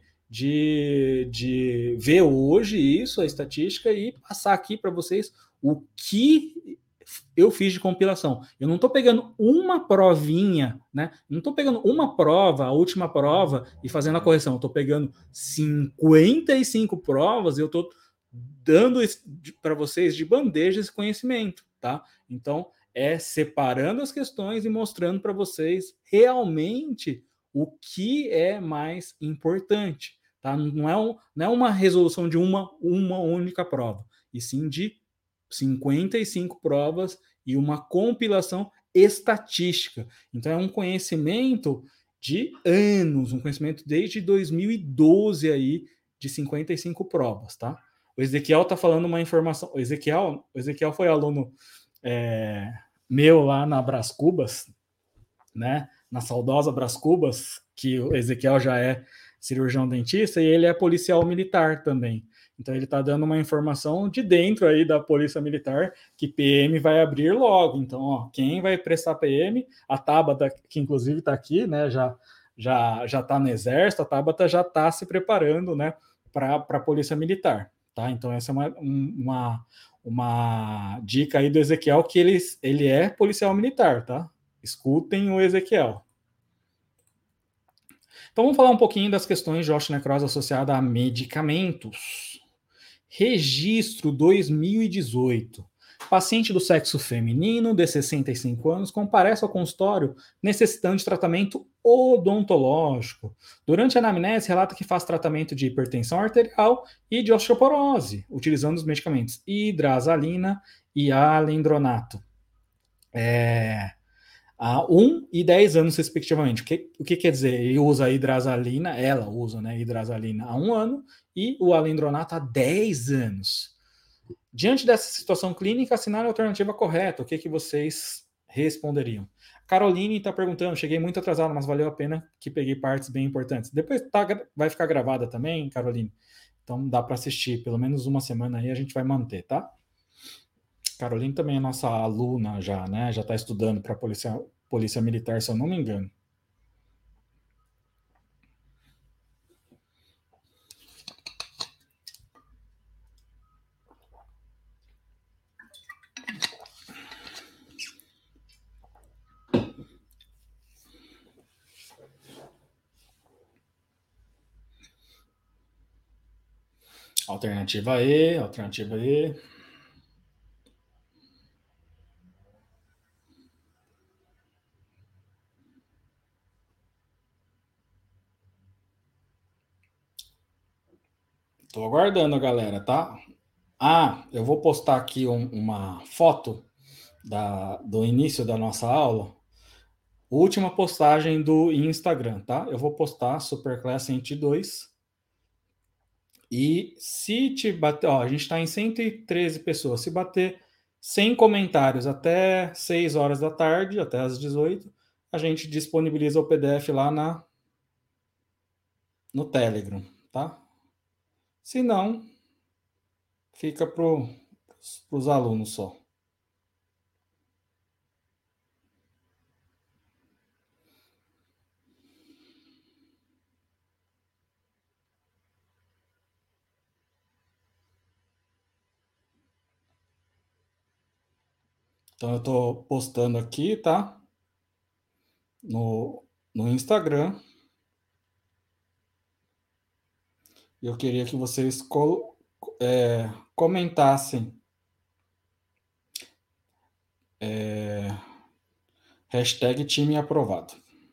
de, de ver hoje isso, a estatística, e passar aqui para vocês o que eu fiz de compilação. Eu não estou pegando uma provinha, né? Não estou pegando uma prova, a última prova, e fazendo a correção. Eu estou pegando cinquenta e cinco provas e eu estou dando para vocês de bandeja esse conhecimento, tá? Então, é separando as questões e mostrando para vocês realmente o que é mais importante, tá? Não é, um, não é uma resolução de uma, uma única prova, e sim de cinquenta e cinco provas e uma compilação estatística. Então, é um conhecimento de anos, um conhecimento desde dois mil e doze aí, de cinquenta e cinco provas, tá? O Ezequiel tá falando uma informação. O Ezequiel, o Ezequiel foi aluno é, meu lá na Brás Cubas, né? Na saudosa Brás Cubas, que o Ezequiel já é cirurgião dentista e ele é policial militar também. Então ele está dando uma informação de dentro aí da Polícia Militar que P M vai abrir logo. Então, ó, quem vai prestar P M, a Tabata, que inclusive está aqui, né? Já já já está no Exército, a Tabata já está se preparando, né? Para a Polícia Militar, tá? Então essa é uma, uma uma dica aí do Ezequiel que ele, ele é policial militar, tá? Escutem o Ezequiel. Então vamos falar um pouquinho das questões de osteonecrose associada a medicamentos. Registro dois mil e dezoito. Paciente do sexo feminino de sessenta e cinco anos comparece ao consultório necessitando de tratamento odontológico. Durante a anamnese, relata que faz tratamento de hipertensão arterial e de osteoporose, utilizando os medicamentos hidrazalina e alendronato. É, há um e dez anos, respectivamente. O que, o que quer dizer? Ele usa a hidrazalina, ela usa, né, hidrazalina há um ano e o alendronato há dez anos. Diante dessa situação clínica, assinale a alternativa correta. O que, que vocês responderiam? Caroline está perguntando, cheguei muito atrasado, mas valeu a pena que peguei partes bem importantes. Depois tá, vai ficar gravada também, Caroline. Então dá para assistir, pelo menos uma semana aí a gente vai manter, tá? Caroline também é nossa aluna já, né? Já está estudando para polícia, polícia militar, se eu não me engano. Alternativa E, alternativa E. Tô aguardando, galera, tá? Ah, eu vou postar aqui um, uma foto da, do início da nossa aula. Última postagem do Instagram, tá? Eu vou postar Superclass cento e dois. E se te bater, ó, a gente está em cento e treze pessoas. Se bater cem comentários até seis horas da tarde, até às dezoito, a gente disponibiliza o P D F lá na, no Telegram, tá? Se não, fica para os alunos só. Então eu estou postando aqui, tá? No, no Instagram. Eu queria que vocês co é, comentassem é, hashtag time aprovado.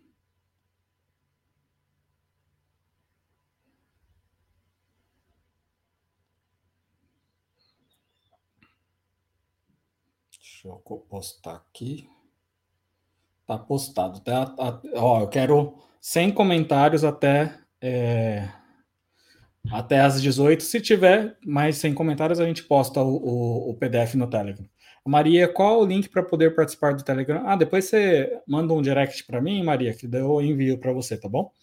Deixa eu postar aqui. Tá postado. Tá, ó, eu quero cem comentários até, é, até às dezoito. Se tiver mais cem comentários, a gente posta o, o, o P D F no Telegram. Maria, qual o link para poder participar do Telegram? Ah, depois você manda um direct para mim, Maria, que daí eu envio para você, tá bom?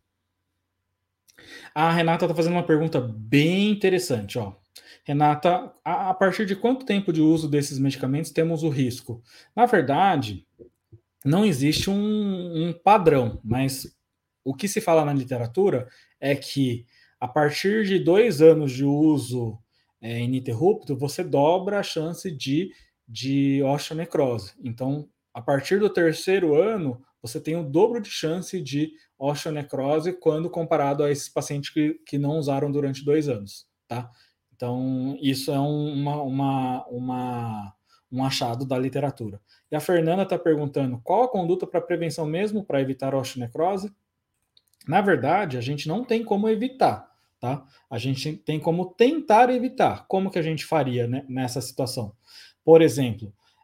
A Renata está fazendo uma pergunta bem interessante, ó. Renata, a, a partir de quanto tempo de uso desses medicamentos temos o risco? Na verdade, não existe um, um padrão, mas o que se fala na literatura é que a partir de dois anos de uso é, ininterrupto, você dobra a chance de, de osteonecrose. Então, a partir do terceiro ano, você tem o dobro de chance de osteonecrose quando comparado a esses pacientes que, que não usaram durante dois anos, tá? Então, isso é uma, uma, uma, um achado da literatura. E a Fernanda está perguntando qual a conduta para prevenção mesmo para evitar a osteonecrose? Na verdade, a gente não tem como evitar, tá? A gente tem como tentar evitar. Como que a gente faria, né, nessa situação? Por exemplo,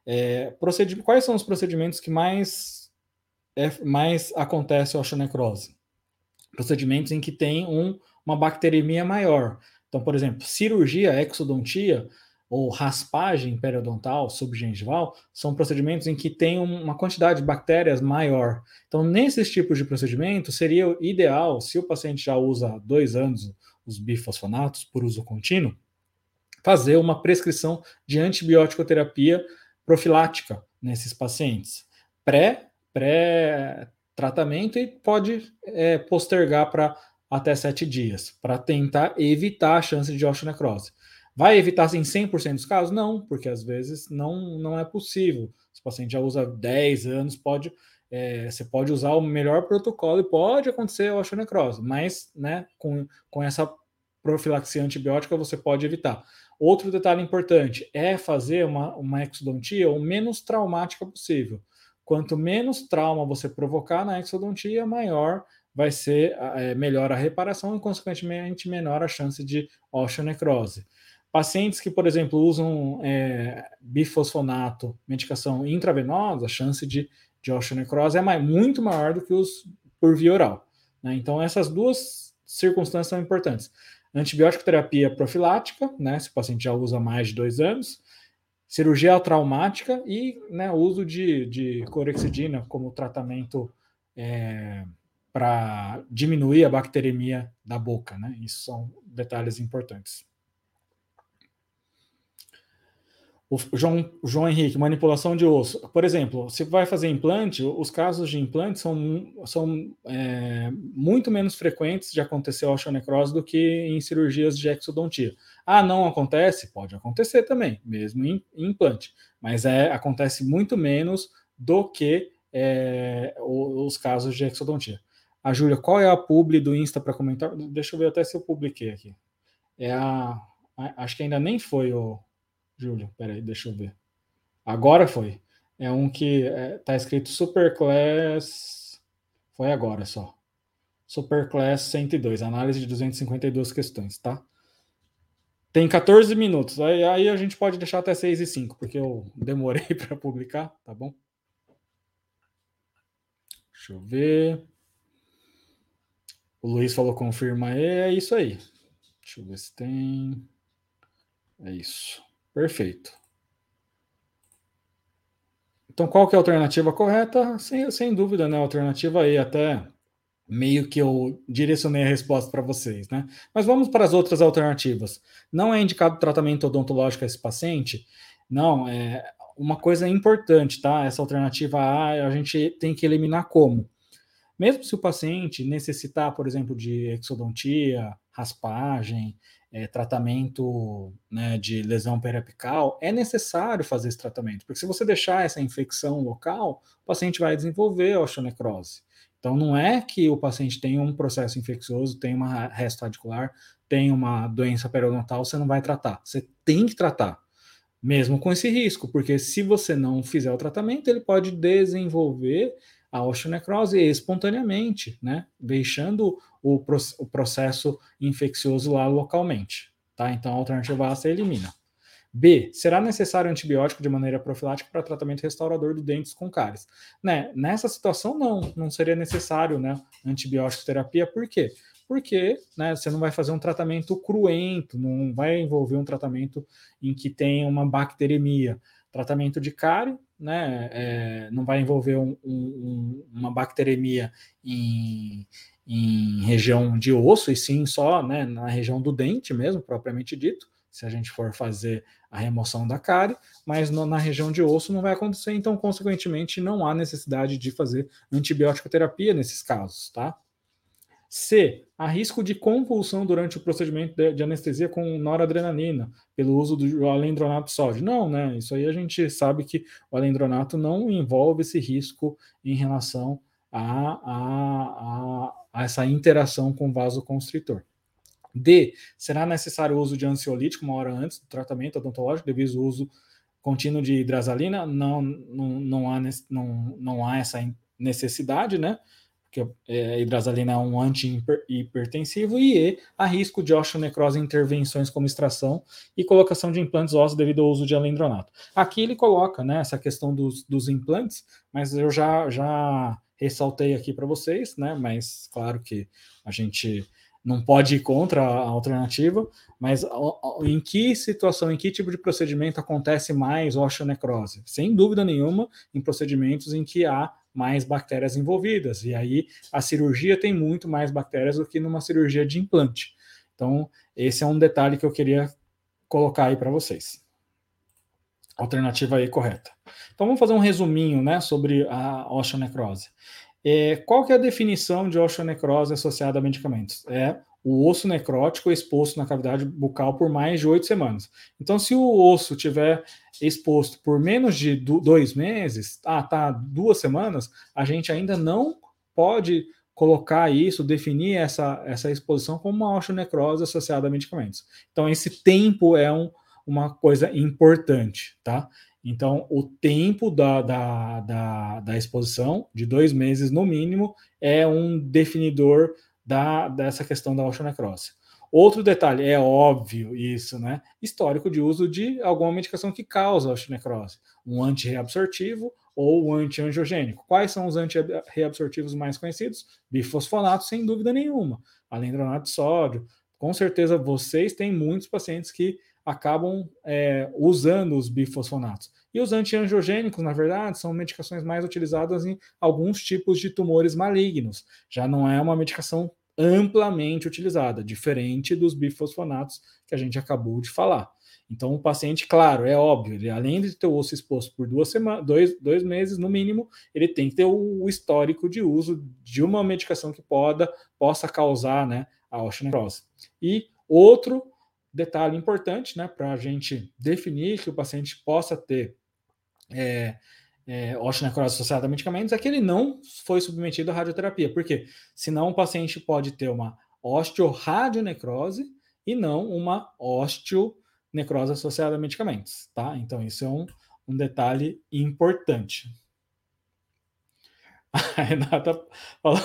É, procedi- quais são os procedimentos que mais, é, mais acontece a osteonecrose? Procedimentos em que tem um, uma bacteremia maior. Então, por exemplo, cirurgia, exodontia ou raspagem periodontal, subgengival, são procedimentos em que tem uma quantidade de bactérias maior. Então, nesses tipos de procedimento, seria ideal, se o paciente já usa há dois anos os bifosfonatos por uso contínuo, fazer uma prescrição de antibiótico-terapia profilática nesses pacientes. Pré, pré-tratamento e pode é, postergar para até sete dias, para tentar evitar a chance de osteonecrose. Vai evitar em cem por cento dos casos? Não, porque às vezes não, não é possível. Se o paciente já usa dez anos, pode, é, você pode usar o melhor protocolo e pode acontecer a osteonecrose, mas né, com, com essa profilaxia antibiótica você pode evitar. Outro detalhe importante é fazer uma, uma exodontia o menos traumática possível. Quanto menos trauma você provocar na exodontia, maior vai ser, é, melhor a reparação e, consequentemente, menor a chance de osteonecrose. Pacientes que, por exemplo, usam é, bifosfonato, medicação intravenosa, a chance de, de osteonecrose é mais, muito maior do que os por via oral. Né? Então, essas duas circunstâncias são importantes. Antibiótico terapia profilática, né, se o paciente já usa mais de dois anos, cirurgia traumática e né, uso de, de clorexidina como tratamento é, para diminuir a bacteremia da boca. Né? Isso são detalhes importantes. O João, João Henrique, manipulação de osso. Por exemplo, se vai fazer implante, os casos de implante são, são é, muito menos frequentes de acontecer osteonecrose do que em cirurgias de exodontia. Ah, não acontece? Pode acontecer também, mesmo em, em implante, mas é, acontece muito menos do que é, os casos de exodontia. A Júlia, qual é a publi do Insta para comentar? Deixa eu ver até se eu publiquei aqui. É a, a acho que ainda nem foi o Júlio, peraí, deixa eu ver. Agora foi. É um que é, tá escrito Superclass. Foi agora só. Superclass cento e dois, análise de duzentas e cinquenta e duas questões, tá? Tem quatorze minutos. Aí, aí a gente pode deixar até seis e cinco, porque eu demorei para publicar, tá bom? Deixa eu ver. O Luiz falou confirma aí, é isso aí. Deixa eu ver se tem. É isso. Perfeito. Então, qual que é a alternativa correta? Sem, sem dúvida, né? A alternativa aí até meio que eu direcionei a resposta para vocês, né? Mas vamos para as outras alternativas. Não é indicado tratamento odontológico a esse paciente? Não, é uma coisa importante, tá? Essa alternativa A a gente tem que eliminar como? Mesmo se o paciente necessitar, por exemplo, de exodontia, raspagem, é, tratamento né, de lesão periapical, é necessário fazer esse tratamento, porque se você deixar essa infecção local, o paciente vai desenvolver a osteonecrose. Então, não é que o paciente tem um processo infeccioso, tem uma resto radicular, tem uma doença periodontal, você não vai tratar. Você tem que tratar, mesmo com esse risco, porque se você não fizer o tratamento, ele pode desenvolver a osteonecrose espontaneamente, né? Deixando o, o processo infeccioso lá localmente. Tá? Então, a alternativa A você elimina. B. Será necessário antibiótico de maneira profilática para tratamento restaurador do dentes com cáries? Né? Nessa situação, não. Não seria necessário né, antibiótico terapia. Por quê? Porque né, você não vai fazer um tratamento cruento, não vai envolver um tratamento em que tem uma bacteremia. Tratamento de cárie, né, é, não vai envolver um, um, uma bacteremia em, em região de osso, e sim só né, na região do dente mesmo, propriamente dito, se a gente for fazer a remoção da cárie, mas no, na região de osso não vai acontecer, então, consequentemente, não há necessidade de fazer antibiótico terapia nesses casos, tá? C. Há risco de convulsão durante o procedimento de, de anestesia com noradrenalina, pelo uso do alendronato de sódio. Não, né? Isso aí a gente sabe que o alendronato não envolve esse risco em relação a, a, a, a essa interação com o vasoconstritor. D. Será necessário o uso de ansiolítico uma hora antes do tratamento odontológico, devido ao uso contínuo de hidrazalina? Não, não, não, há, não, não há essa necessidade, né? porque é, a hidralazina é um anti-hipertensivo, e E, há risco de osteonecrose em intervenções como extração e colocação de implantes ósseos devido ao uso de alendronato. Aqui ele coloca, né, essa questão dos, dos implantes, mas eu já, já ressaltei aqui para vocês, né, mas claro que a gente não pode ir contra a alternativa, mas em que situação, em que tipo de procedimento acontece mais osteonecrose? Sem dúvida nenhuma, em procedimentos em que há mais bactérias envolvidas, e aí a cirurgia tem muito mais bactérias do que numa cirurgia de implante. Então, esse é um detalhe que eu queria colocar aí para vocês. Alternativa aí correta. Então, vamos fazer um resuminho, né, sobre a osteonecrose. É, qual que é a definição de osteonecrose associada a medicamentos? É o osso necrótico exposto na cavidade bucal por mais de oito semanas. Então, se o osso tiver exposto por menos de dois meses, ah, tá, duas semanas, a gente ainda não pode colocar isso, definir essa, essa exposição como uma osteonecrose associada a medicamentos. Então, esse tempo é um, uma coisa importante, tá? Então, o tempo da, da, da, da exposição, de dois meses no mínimo, é um definidor da, dessa questão da osteonecrose. Outro detalhe, é óbvio isso, né? Histórico de uso de alguma medicação que causa osteonecrose, um antirreabsortivo ou um antiangiogênico. Quais são os antirreabsortivos mais conhecidos? Bifosfonato, sem dúvida nenhuma. Alendronato de sódio. Com certeza vocês têm muitos pacientes que acabam é, usando os bifosfonatos. E os antiangiogênicos, na verdade, são medicações mais utilizadas em alguns tipos de tumores malignos. Já não é uma medicação amplamente utilizada, diferente dos bifosfonatos que a gente acabou de falar. Então, o paciente, claro, é óbvio, ele, além de ter o osso exposto por duas semanas, dois, dois meses no mínimo, ele tem que ter o histórico de uso de uma medicação que poda, possa causar, né, a osteonecrose. E outro detalhe importante, né, para a gente definir que o paciente possa ter é, é, osteonecrose associada a medicamentos, é que ele não foi submetido à radioterapia. Por quê? Senão o paciente pode ter uma osteoradionecrose e não uma osteonecrose associada a medicamentos, tá? Então, isso é um, um detalhe importante. A Renata falou...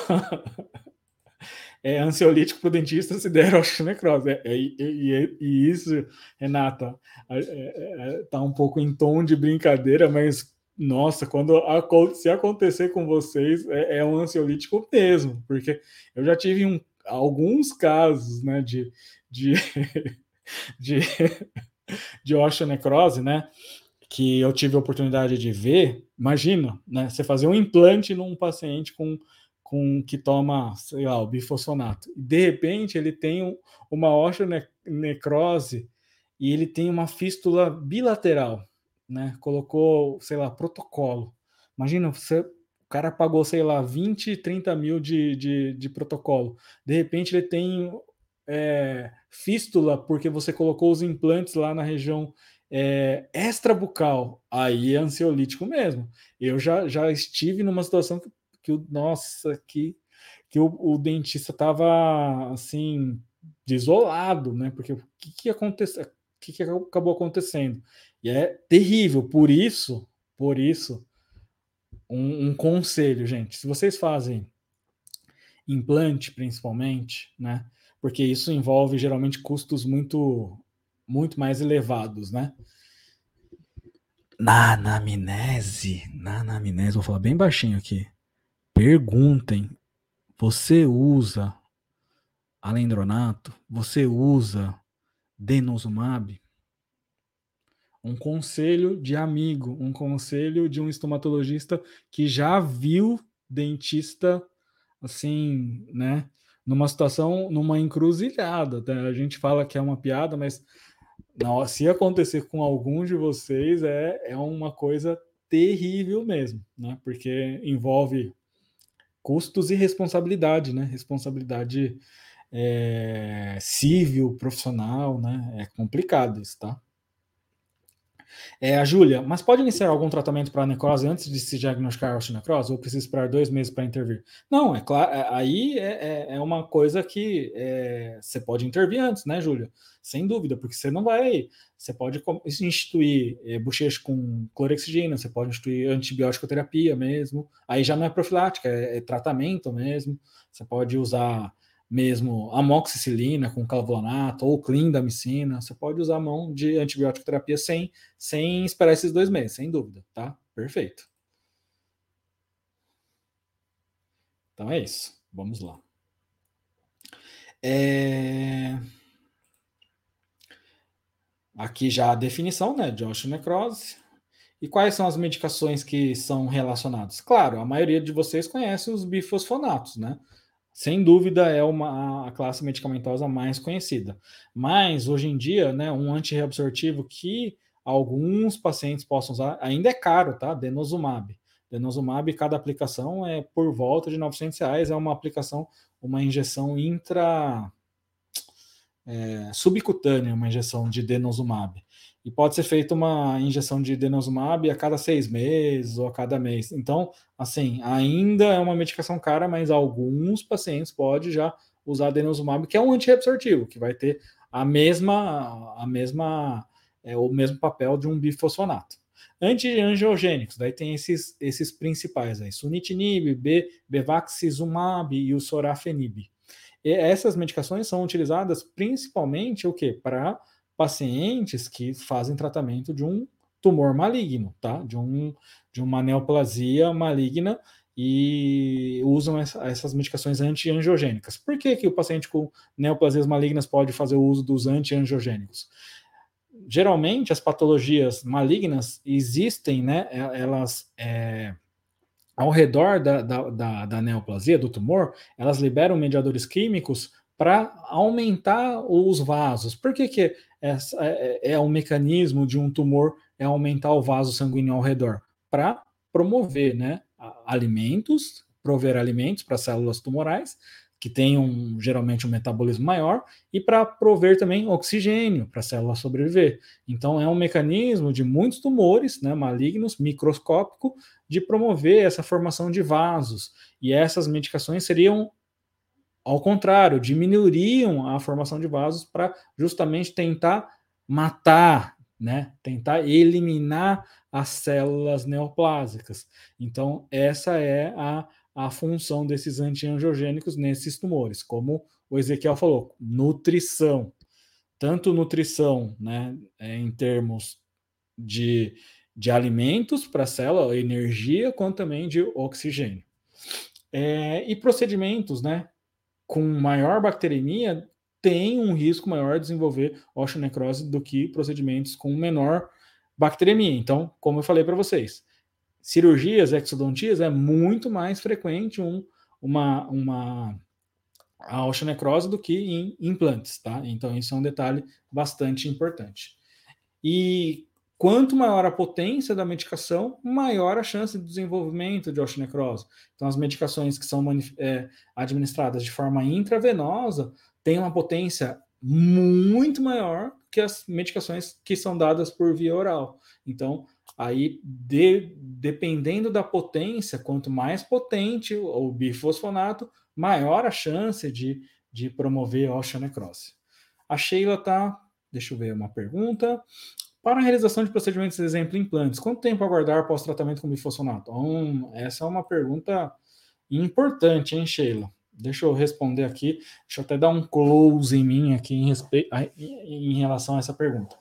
É ansiolítico para o dentista se der osteonecrose. É, é, e, e isso, Renata, é, é, tá um pouco em tom de brincadeira, mas nossa, quando se acontecer com vocês, é, é um ansiolítico mesmo, porque eu já tive um, alguns casos, né, de, de, de, de osteonecrose, né, que eu tive a oportunidade de ver. Imagina, né, você fazer um implante num paciente com com que toma, sei lá, o bifosfonato. De repente, ele tem um, uma osteonecrose e ele tem uma fístula bilateral, né? Colocou, sei lá, protocolo. Imagina, você, o cara pagou, sei lá, vinte, trinta mil de, de, de protocolo. De repente, ele tem é, fístula porque você colocou os implantes lá na região é, extrabucal. Aí é ansiolítico mesmo. Eu já, já estive numa situação que que o nossa, que, que o, o dentista estava assim desolado, né? Porque o que, que aconteceu? O que, que acabou acontecendo? E é terrível. Por isso, por isso, um, um conselho, gente. Se vocês fazem implante, principalmente, né? Porque isso envolve geralmente custos muito, muito mais elevados, né? Na anamnese, na anamnese, vou falar bem baixinho aqui. Perguntem, você usa alendronato? Você usa denosumab? Um conselho de amigo, um conselho de um estomatologista que já viu dentista assim, né? Numa situação, numa encruzilhada. Tá? A gente fala que é uma piada, mas não, se acontecer com algum de vocês, é, é uma coisa terrível mesmo, né? Porque envolve custos e responsabilidade, né? Responsabilidade é, civil, profissional, né? É complicado isso, tá? É, a Júlia, mas pode iniciar algum tratamento para necrose antes de se diagnosticar osteonecrose ou precisa esperar dois meses para intervir? Não, é claro, é, aí é, é, é uma coisa que é, você pode intervir antes, né, Júlia? Sem dúvida, porque você não vai. Você pode instituir é, bochecho com clorexidina, você pode instituir antibiótico terapia mesmo. Aí já não é profilática, é, é tratamento mesmo. Você pode usar mesmo amoxicilina com clavulanato ou clindamicina, você pode usar a mão de antibiótico terapia sem, sem esperar esses dois meses, sem dúvida, tá? Perfeito. Então é isso. Vamos lá. É... Aqui já a definição, né, de osteonecrose. E quais são as medicações que são relacionadas? Claro, a maioria de vocês conhece os bifosfonatos, né? Sem dúvida é uma, a classe medicamentosa mais conhecida. Mas, hoje em dia, né, um antirreabsortivo que alguns pacientes possam usar, ainda é caro, tá? Denosumab. Denosumab, cada aplicação é por volta de novecentos reais, é uma aplicação, uma injeção intra... É, subcutânea, uma injeção de denosumab. E pode ser feita uma injeção de denosumab a cada seis meses ou a cada mês. Então, assim, ainda é uma medicação cara, mas alguns pacientes podem já usar denosumab, que é um antirreabsortivo, que vai ter a mesma, a mesma, é, o mesmo papel de um bifosfonato. Antiangiogênicos, daí tem esses, esses principais aí, sunitinib, B, bevacizumab e o sorafenib. E essas medicações são utilizadas principalmente o quê? Para pacientes que fazem tratamento de um tumor maligno, tá? De, um, de uma neoplasia maligna e usam essa, essas medicações antiangiogênicas. Por que, que o paciente com neoplasias malignas pode fazer o uso dos antiangiogênicos? Geralmente, as patologias malignas existem, né? Elas... É, ao redor da, da, da, da neoplasia, do tumor, elas liberam mediadores químicos para aumentar os vasos. Por que, que é, é, é um mecanismo de um tumor é aumentar o vaso sanguíneo ao redor? Para promover, né, alimentos, prover alimentos para células tumorais, que tenham geralmente um metabolismo maior, e para prover também oxigênio para a célula sobreviver. Então, é um mecanismo de muitos tumores, né, malignos, microscópico, de promover essa formação de vasos. E essas medicações seriam, ao contrário, diminuiriam a formação de vasos para justamente tentar matar, né, tentar eliminar as células neoplásicas. Então, essa é a a função desses antiangiogênicos nesses tumores, como o Ezequiel falou, nutrição, tanto nutrição, né, em termos de, de alimentos para a célula, energia, quanto também de oxigênio. É, e procedimentos, né, com maior bacteremia tem um risco maior de desenvolver osteonecrose do que procedimentos com menor bacteremia. Então, como eu falei para vocês, cirurgias, exodontias, é muito mais frequente um, uma, uma a osteonecrose do que em implantes, tá? Então, isso é um detalhe bastante importante. E quanto maior a potência da medicação, maior a chance de desenvolvimento de osteonecrose. Então, as medicações que são é, administradas de forma intravenosa têm uma potência muito maior que as medicações que são dadas por via oral. Então, aí, de, dependendo da potência, quanto mais potente o bifosfonato, maior a chance de, de promover osteonecrose. A Sheila está, deixa eu ver uma pergunta. Para a realização de procedimentos, exemplo, implantes, quanto tempo aguardar após tratamento com bifosfonato? Hum, essa é uma pergunta importante, hein, Sheila? Deixa eu responder aqui. Deixa eu até dar um close em mim aqui em, respeito, em relação a essa pergunta.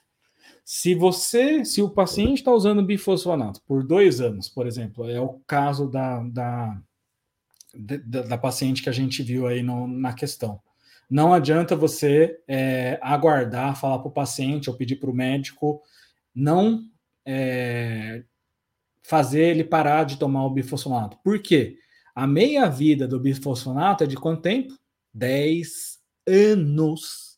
Se você, se o paciente está usando bifosfonato por dois anos, por exemplo, é o caso da, da, da, da paciente que a gente viu aí no, na questão. Não adianta você é, aguardar, falar para o paciente ou pedir para o médico não é, fazer ele parar de tomar o bifosfonato. Por quê? A meia-vida do bifosfonato é de quanto tempo? dez anos.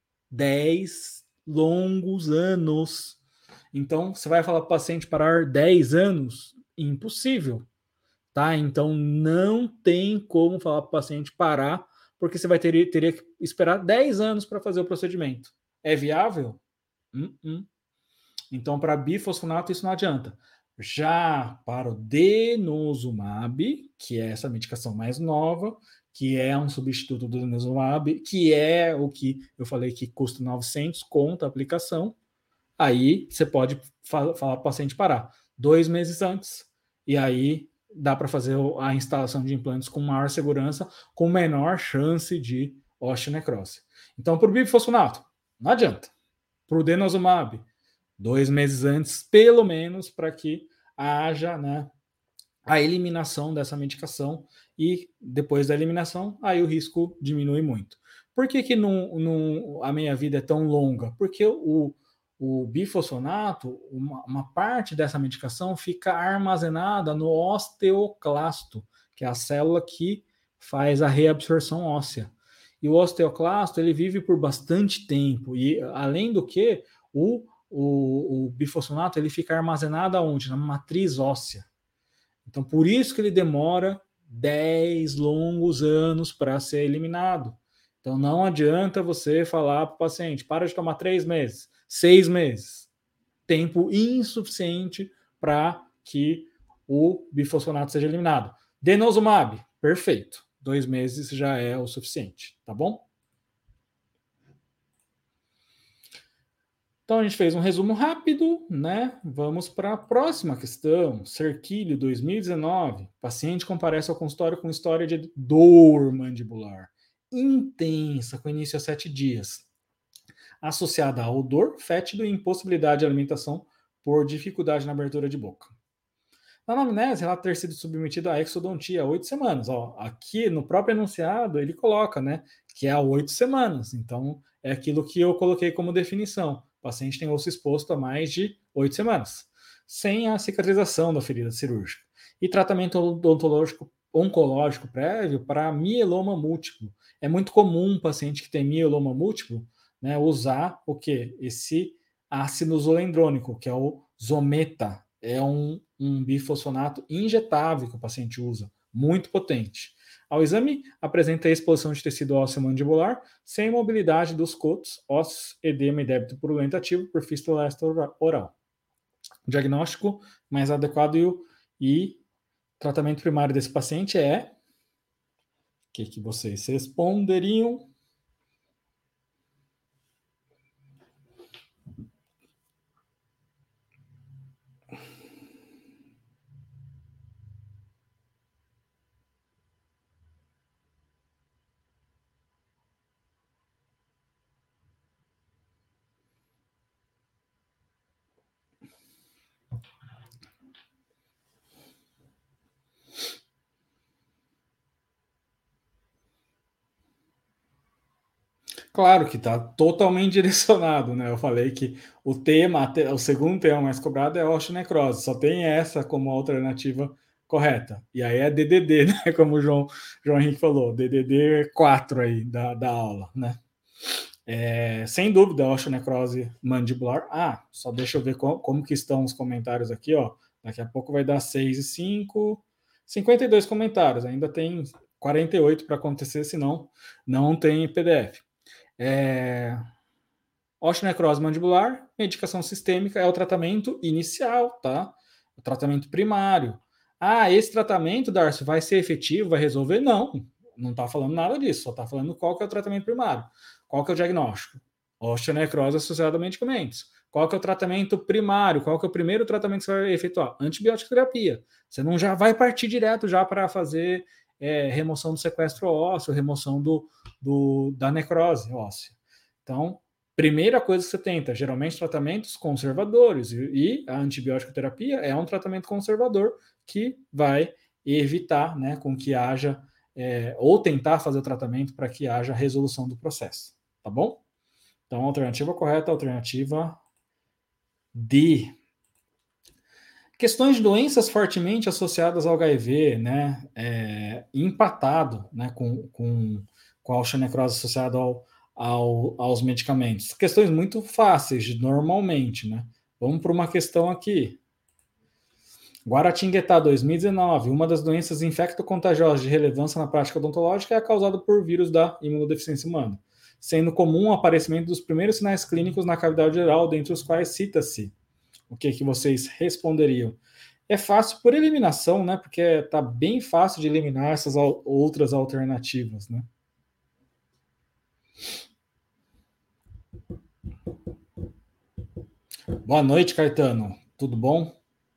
dez longos anos. Então, você vai falar para o paciente parar dez anos? Impossível. Tá? Então, não tem como falar para o paciente parar, porque você vai ter teria que esperar dez anos para fazer o procedimento. É viável? Uh -uh. Então, para bifosfonato, isso não adianta. Já para o denosumab, que é essa medicação mais nova, que é um substituto do denosumab, que é o que eu falei que custa novecentos conto a aplicação, aí você pode falar para o paciente parar dois meses antes, e aí dá para fazer a instalação de implantes com maior segurança, com menor chance de osteonecrose. Então, para o bifosfonato, não adianta. Para o denosumab, dois meses antes, pelo menos, para que haja, né, a eliminação dessa medicação, e depois da eliminação, aí o risco diminui muito. Por que, que não, não, a meia-vida é tão longa? Porque o, o bifosfonato, uma, uma parte dessa medicação fica armazenada no osteoclasto, que é a célula que faz a reabsorção óssea. E o osteoclasto, ele vive por bastante tempo, e além do que, o, o, o bifosfonato, ele fica armazenado aonde? Na matriz óssea. Então, por isso que ele demora dez longos anos para ser eliminado. Então, não adianta você falar para o paciente, para de tomar três meses, seis meses. Tempo insuficiente para que o bifosfonato seja eliminado. Denosumab, perfeito. Dois meses já é o suficiente, tá bom? Então, a gente fez um resumo rápido, né? Vamos para a próxima questão. Cerquilho dois mil e dezenove. Paciente comparece ao consultório com história de dor mandibular intensa, com início a sete dias, associada a odor fétido e impossibilidade de alimentação por dificuldade na abertura de boca. Na anamnese, ela ter sido submetida à exodontia há oito semanas. Ó, aqui no próprio enunciado, ele coloca, né, que é há oito semanas. Então, é aquilo que eu coloquei como definição. O paciente tem osso exposto há mais de oito semanas, sem a cicatrização da ferida cirúrgica. E tratamento odontológico oncológico prévio para mieloma múltiplo. É muito comum um paciente que tem mieloma múltiplo, né, usar o quê? Esse ácido zolendrônico, que é o Zometa. É um, um bifosfonato injetável que o paciente usa, muito potente. Ao exame, apresenta exposição de tecido ósseo mandibular, sem mobilidade dos cotos, ossos, edema e débito purulento ativo por fístula oral. O diagnóstico mais adequado e, e tratamento primário desse paciente é... O que, que vocês responderiam? Claro que está totalmente direcionado, né? Eu falei que o tema, o segundo tema mais cobrado é osteonecrose, só tem essa como alternativa correta. E aí é D D D, né? Como o João, João Henrique falou, D D D quatro aí da, da aula, né? É, sem dúvida, osteonecrose mandibular. Ah, só deixa eu ver como, como que estão os comentários aqui, ó. Daqui a pouco vai dar seis e cinco, cinquenta e dois comentários. Ainda tem quarenta e oito para acontecer, senão não tem P D F. É... Osteonecrose mandibular, medicação sistêmica é o tratamento inicial, tá? O tratamento primário. Ah, esse tratamento, Darcy, vai ser efetivo, vai resolver? Não, não está falando nada disso, só está falando qual que é o tratamento primário. Qual que é o diagnóstico? Osteonecrose associada a medicamentos. Qual que é o tratamento primário? Qual que é o primeiro tratamento que você vai efetuar? Antibiótico terapia. Você não já vai partir direto já para fazer é, remoção do sequestro ósseo, remoção do, do, da necrose óssea. Então, primeira coisa que você tenta, geralmente tratamentos conservadores, e, e a antibiótico terapia é um tratamento conservador que vai evitar, né, com que haja, é, ou tentar fazer o tratamento para que haja resolução do processo, tá bom? Então, a alternativa correta, a alternativa D. Questões de doenças fortemente associadas ao H I V, né, é, empatado, né, com, com, com a osteonecrose associada ao, ao, aos medicamentos. Questões muito fáceis, normalmente, né? Vamos para uma questão aqui. Guaratinguetá dois mil e dezenove, uma das doenças infecto-contagiosas de relevância na prática odontológica é a causada por vírus da imunodeficiência humana, sendo comum o aparecimento dos primeiros sinais clínicos na cavidade oral, dentre os quais cita-se o que, que vocês responderiam? É fácil por eliminação, né? Porque está bem fácil de eliminar essas outras alternativas, né? Boa noite, Caetano. Tudo bom?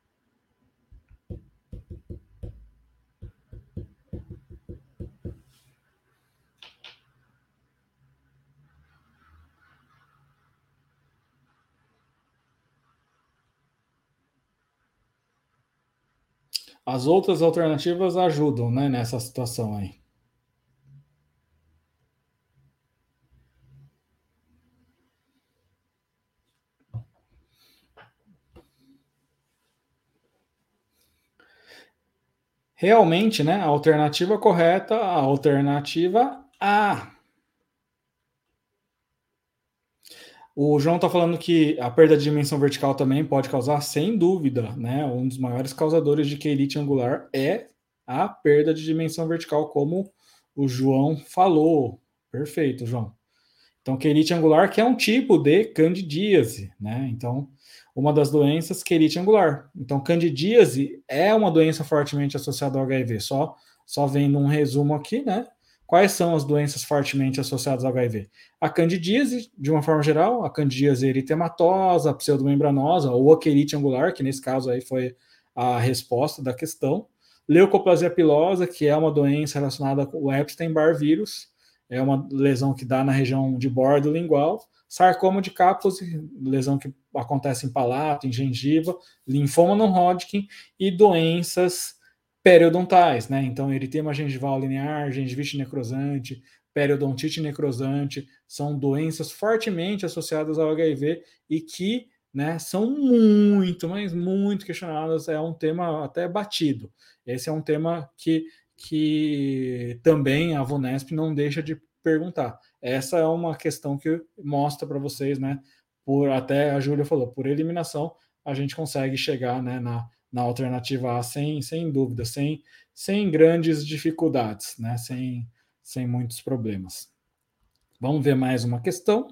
As outras alternativas ajudam, né, nessa situação aí. Realmente, né, a alternativa correta, a alternativa A. O João está falando que a perda de dimensão vertical também pode causar, sem dúvida, né? Um dos maiores causadores de quelite angular é a perda de dimensão vertical, como o João falou. Perfeito, João. Então, quelite angular, que é um tipo de candidíase, né? Então, uma das doenças, quelite angular. Então, candidíase é uma doença fortemente associada ao H I V. Só, só vendo um resumo aqui, né? Quais são as doenças fortemente associadas ao H I V? A candidíase, de uma forma geral, a candidíase eritematosa, a pseudomembranosa, ou a quelite angular, que nesse caso aí foi a resposta da questão. Leucoplasia pilosa, que é uma doença relacionada com o Epstein-Barr vírus, é uma lesão que dá na região de bordo lingual. Sarcoma de Kaposi, lesão que acontece em palato, em gengiva, linfoma não Hodgkin e doenças periodontais, né? Então, eritema gengival linear, gengivite necrosante, periodontite necrosante, são doenças fortemente associadas ao H I V e que, né, são muito, mas muito questionadas, é um tema até batido. Esse é um tema que, que também a VUNESP não deixa de perguntar. Essa é uma questão que mostra para vocês, né, por até a Júlia falou, por eliminação, a gente consegue chegar, né, na, na alternativa A sem, sem dúvida, sem, sem grandes dificuldades, né, sem, sem muitos problemas. Vamos ver mais uma questão.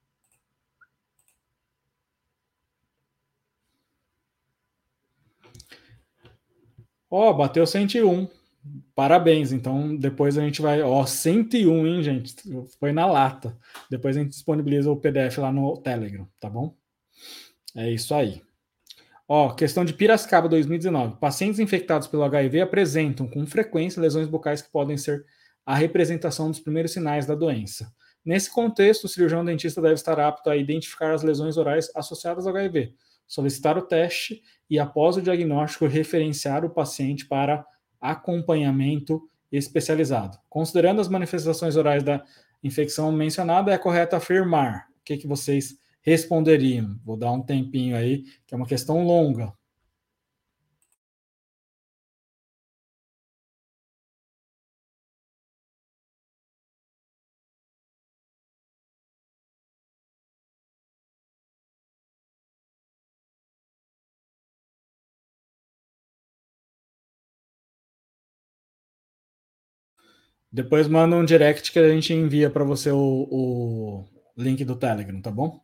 Ó, oh, bateu cento e um. Parabéns. Então, depois a gente vai. Ó, oh, cento e um, hein, gente? Foi na lata. Depois a gente disponibiliza o P D F lá no Telegram, tá bom? É isso aí. Ó, questão de Piracicaba dois mil e dezenove. Pacientes infectados pelo H I V apresentam com frequência lesões bucais que podem ser a representação dos primeiros sinais da doença. Nesse contexto, o cirurgião dentista deve estar apto a identificar as lesões orais associadas ao H I V, solicitar o teste e, após o diagnóstico, referenciar o paciente para acompanhamento especializado. Considerando as manifestações orais da infecção mencionada, é correto afirmar. O que, que vocês responderiam? Vou dar um tempinho aí, que é uma questão longa. Depois manda um direct que a gente envia para você o, o link do Telegram, tá bom?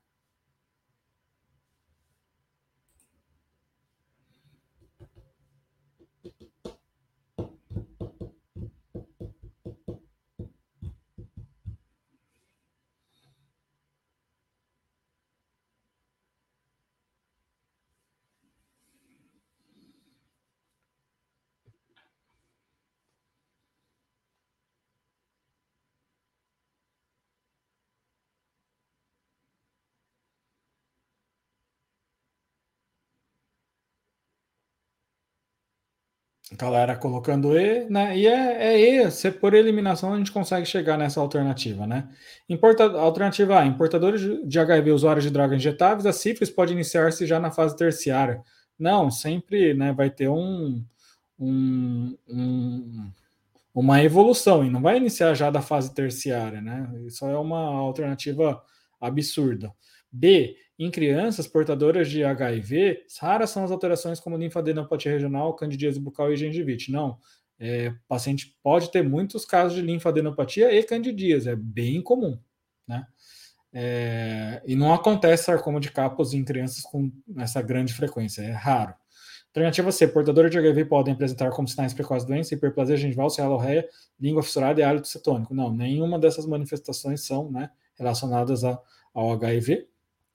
Galera colocando E, né? E é, é E, se por eliminação a gente consegue chegar nessa alternativa, né? Importa, alternativa A, importadores de H I V usuários de drogas injetáveis, a sífilis pode iniciar-se já na fase terciária. Não, sempre, né, vai ter um, um, um, uma evolução, e não vai iniciar já da fase terciária, né? Isso é uma alternativa absurda. B, em crianças portadoras de H I V, raras são as alterações como linfadenopatia regional, candidíase bucal e gengivite. Não, é, o paciente pode ter muitos casos de linfadenopatia e candidíase, é bem comum, né? É, e não acontece sarcoma de Kaposi em crianças com essa grande frequência, é raro. Alternativa C, portadores de H I V podem apresentar como sinais precoces doença, hiperplasia gengival, cialorreia, língua fissurada e hálito cetônico. Não, nenhuma dessas manifestações são, né, relacionadas a, ao H I V.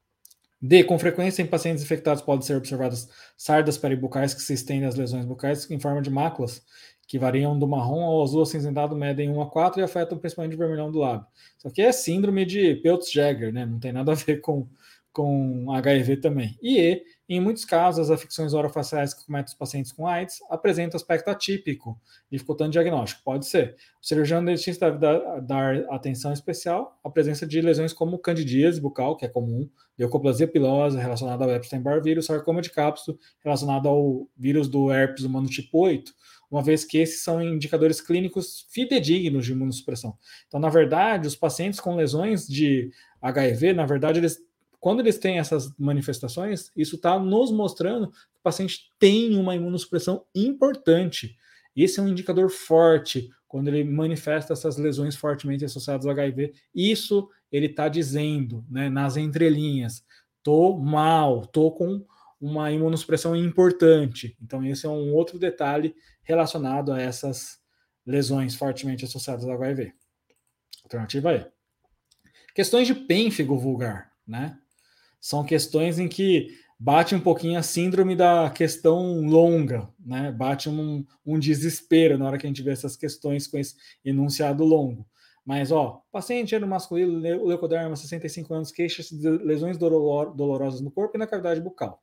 D, com frequência em pacientes infectados podem ser observadas sardas peribucais que se estendem às lesões bucais em forma de máculas, que variam do marrom ao azul acinzentado, medem um a quatro e afetam principalmente o vermelhão do lábio. Isso aqui é síndrome de Peutz-Jeghers, né? Não tem nada a ver com, com H I V também. E E, em muitos casos, as afecções orofaciais que cometem os pacientes com AIDS apresentam aspecto atípico, dificultando o diagnóstico. Pode ser. O cirurgião dentista deve dar atenção especial à presença de lesões como candidíase bucal, que é comum, leucoplasia pilosa, relacionada ao Epstein-Barr vírus, sarcoma de Kaposi, relacionado ao vírus do herpes humano tipo oito, uma vez que esses são indicadores clínicos fidedignos de imunossupressão. Então, na verdade, os pacientes com lesões de H I V, na verdade, eles, quando eles têm essas manifestações, isso está nos mostrando que o paciente tem uma imunossupressão importante. Esse é um indicador forte quando ele manifesta essas lesões fortemente associadas ao H I V. Isso ele está dizendo, né, nas entrelinhas, tô mal, tô com uma imunossupressão importante. Então, esse é um outro detalhe relacionado a essas lesões fortemente associadas ao H I V. Alternativa E. Questões de pênfigo vulgar, né? São questões em que bate um pouquinho a síndrome da questão longa, né? Bate um, um desespero na hora que a gente vê essas questões com esse enunciado longo. Mas, ó, paciente gênero masculino, leucoderma, sessenta e cinco anos, queixa-se de lesões dolorosas no corpo e na cavidade bucal.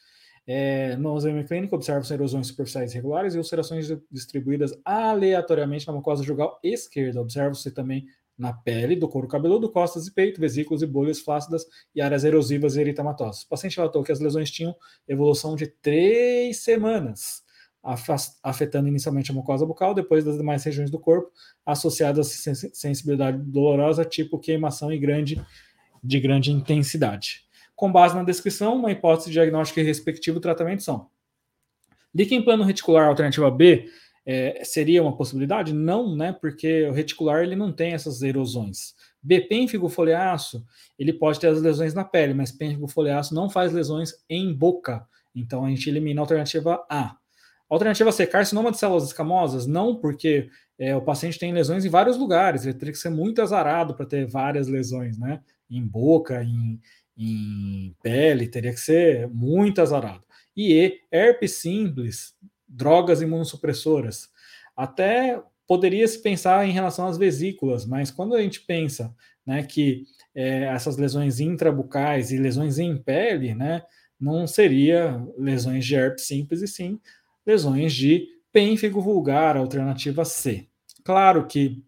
É, no exame clínico, observam-se erosões superficiais irregulares e ulcerações distribuídas aleatoriamente na mucosa jugal esquerda. Observam-se também na pele do couro cabeludo, costas e peito, vesículos e bolhas flácidas e áreas erosivas e eritematosas. O paciente relatou que as lesões tinham evolução de três semanas, afetando inicialmente a mucosa bucal, depois das demais regiões do corpo, associadas a sensibilidade dolorosa, tipo queimação e grande, de grande intensidade. Com base na descrição, uma hipótese diagnóstica e respectivo tratamento são: líquen plano reticular alternativa B é, seria uma possibilidade? Não, né? Porque o reticular ele não tem essas erosões. B, pênfigo foliáceo, ele pode ter as lesões na pele, mas pênfigo foliáceo não faz lesões em boca. Então a gente elimina a alternativa A. Alternativa C, carcinoma de células escamosas? Não, porque é, o paciente tem lesões em vários lugares, ele teria que ser muito azarado para ter várias lesões, né? Em boca, em, em pele, teria que ser muito azarado. E E, herpes simples, drogas imunossupressoras. Até poderia se pensar em relação às vesículas, mas quando a gente pensa, né, que é, essas lesões intrabucais e lesões em pele, né, não seria lesões de herpes simples, e sim lesões de pênfigo vulgar, alternativa C. Claro que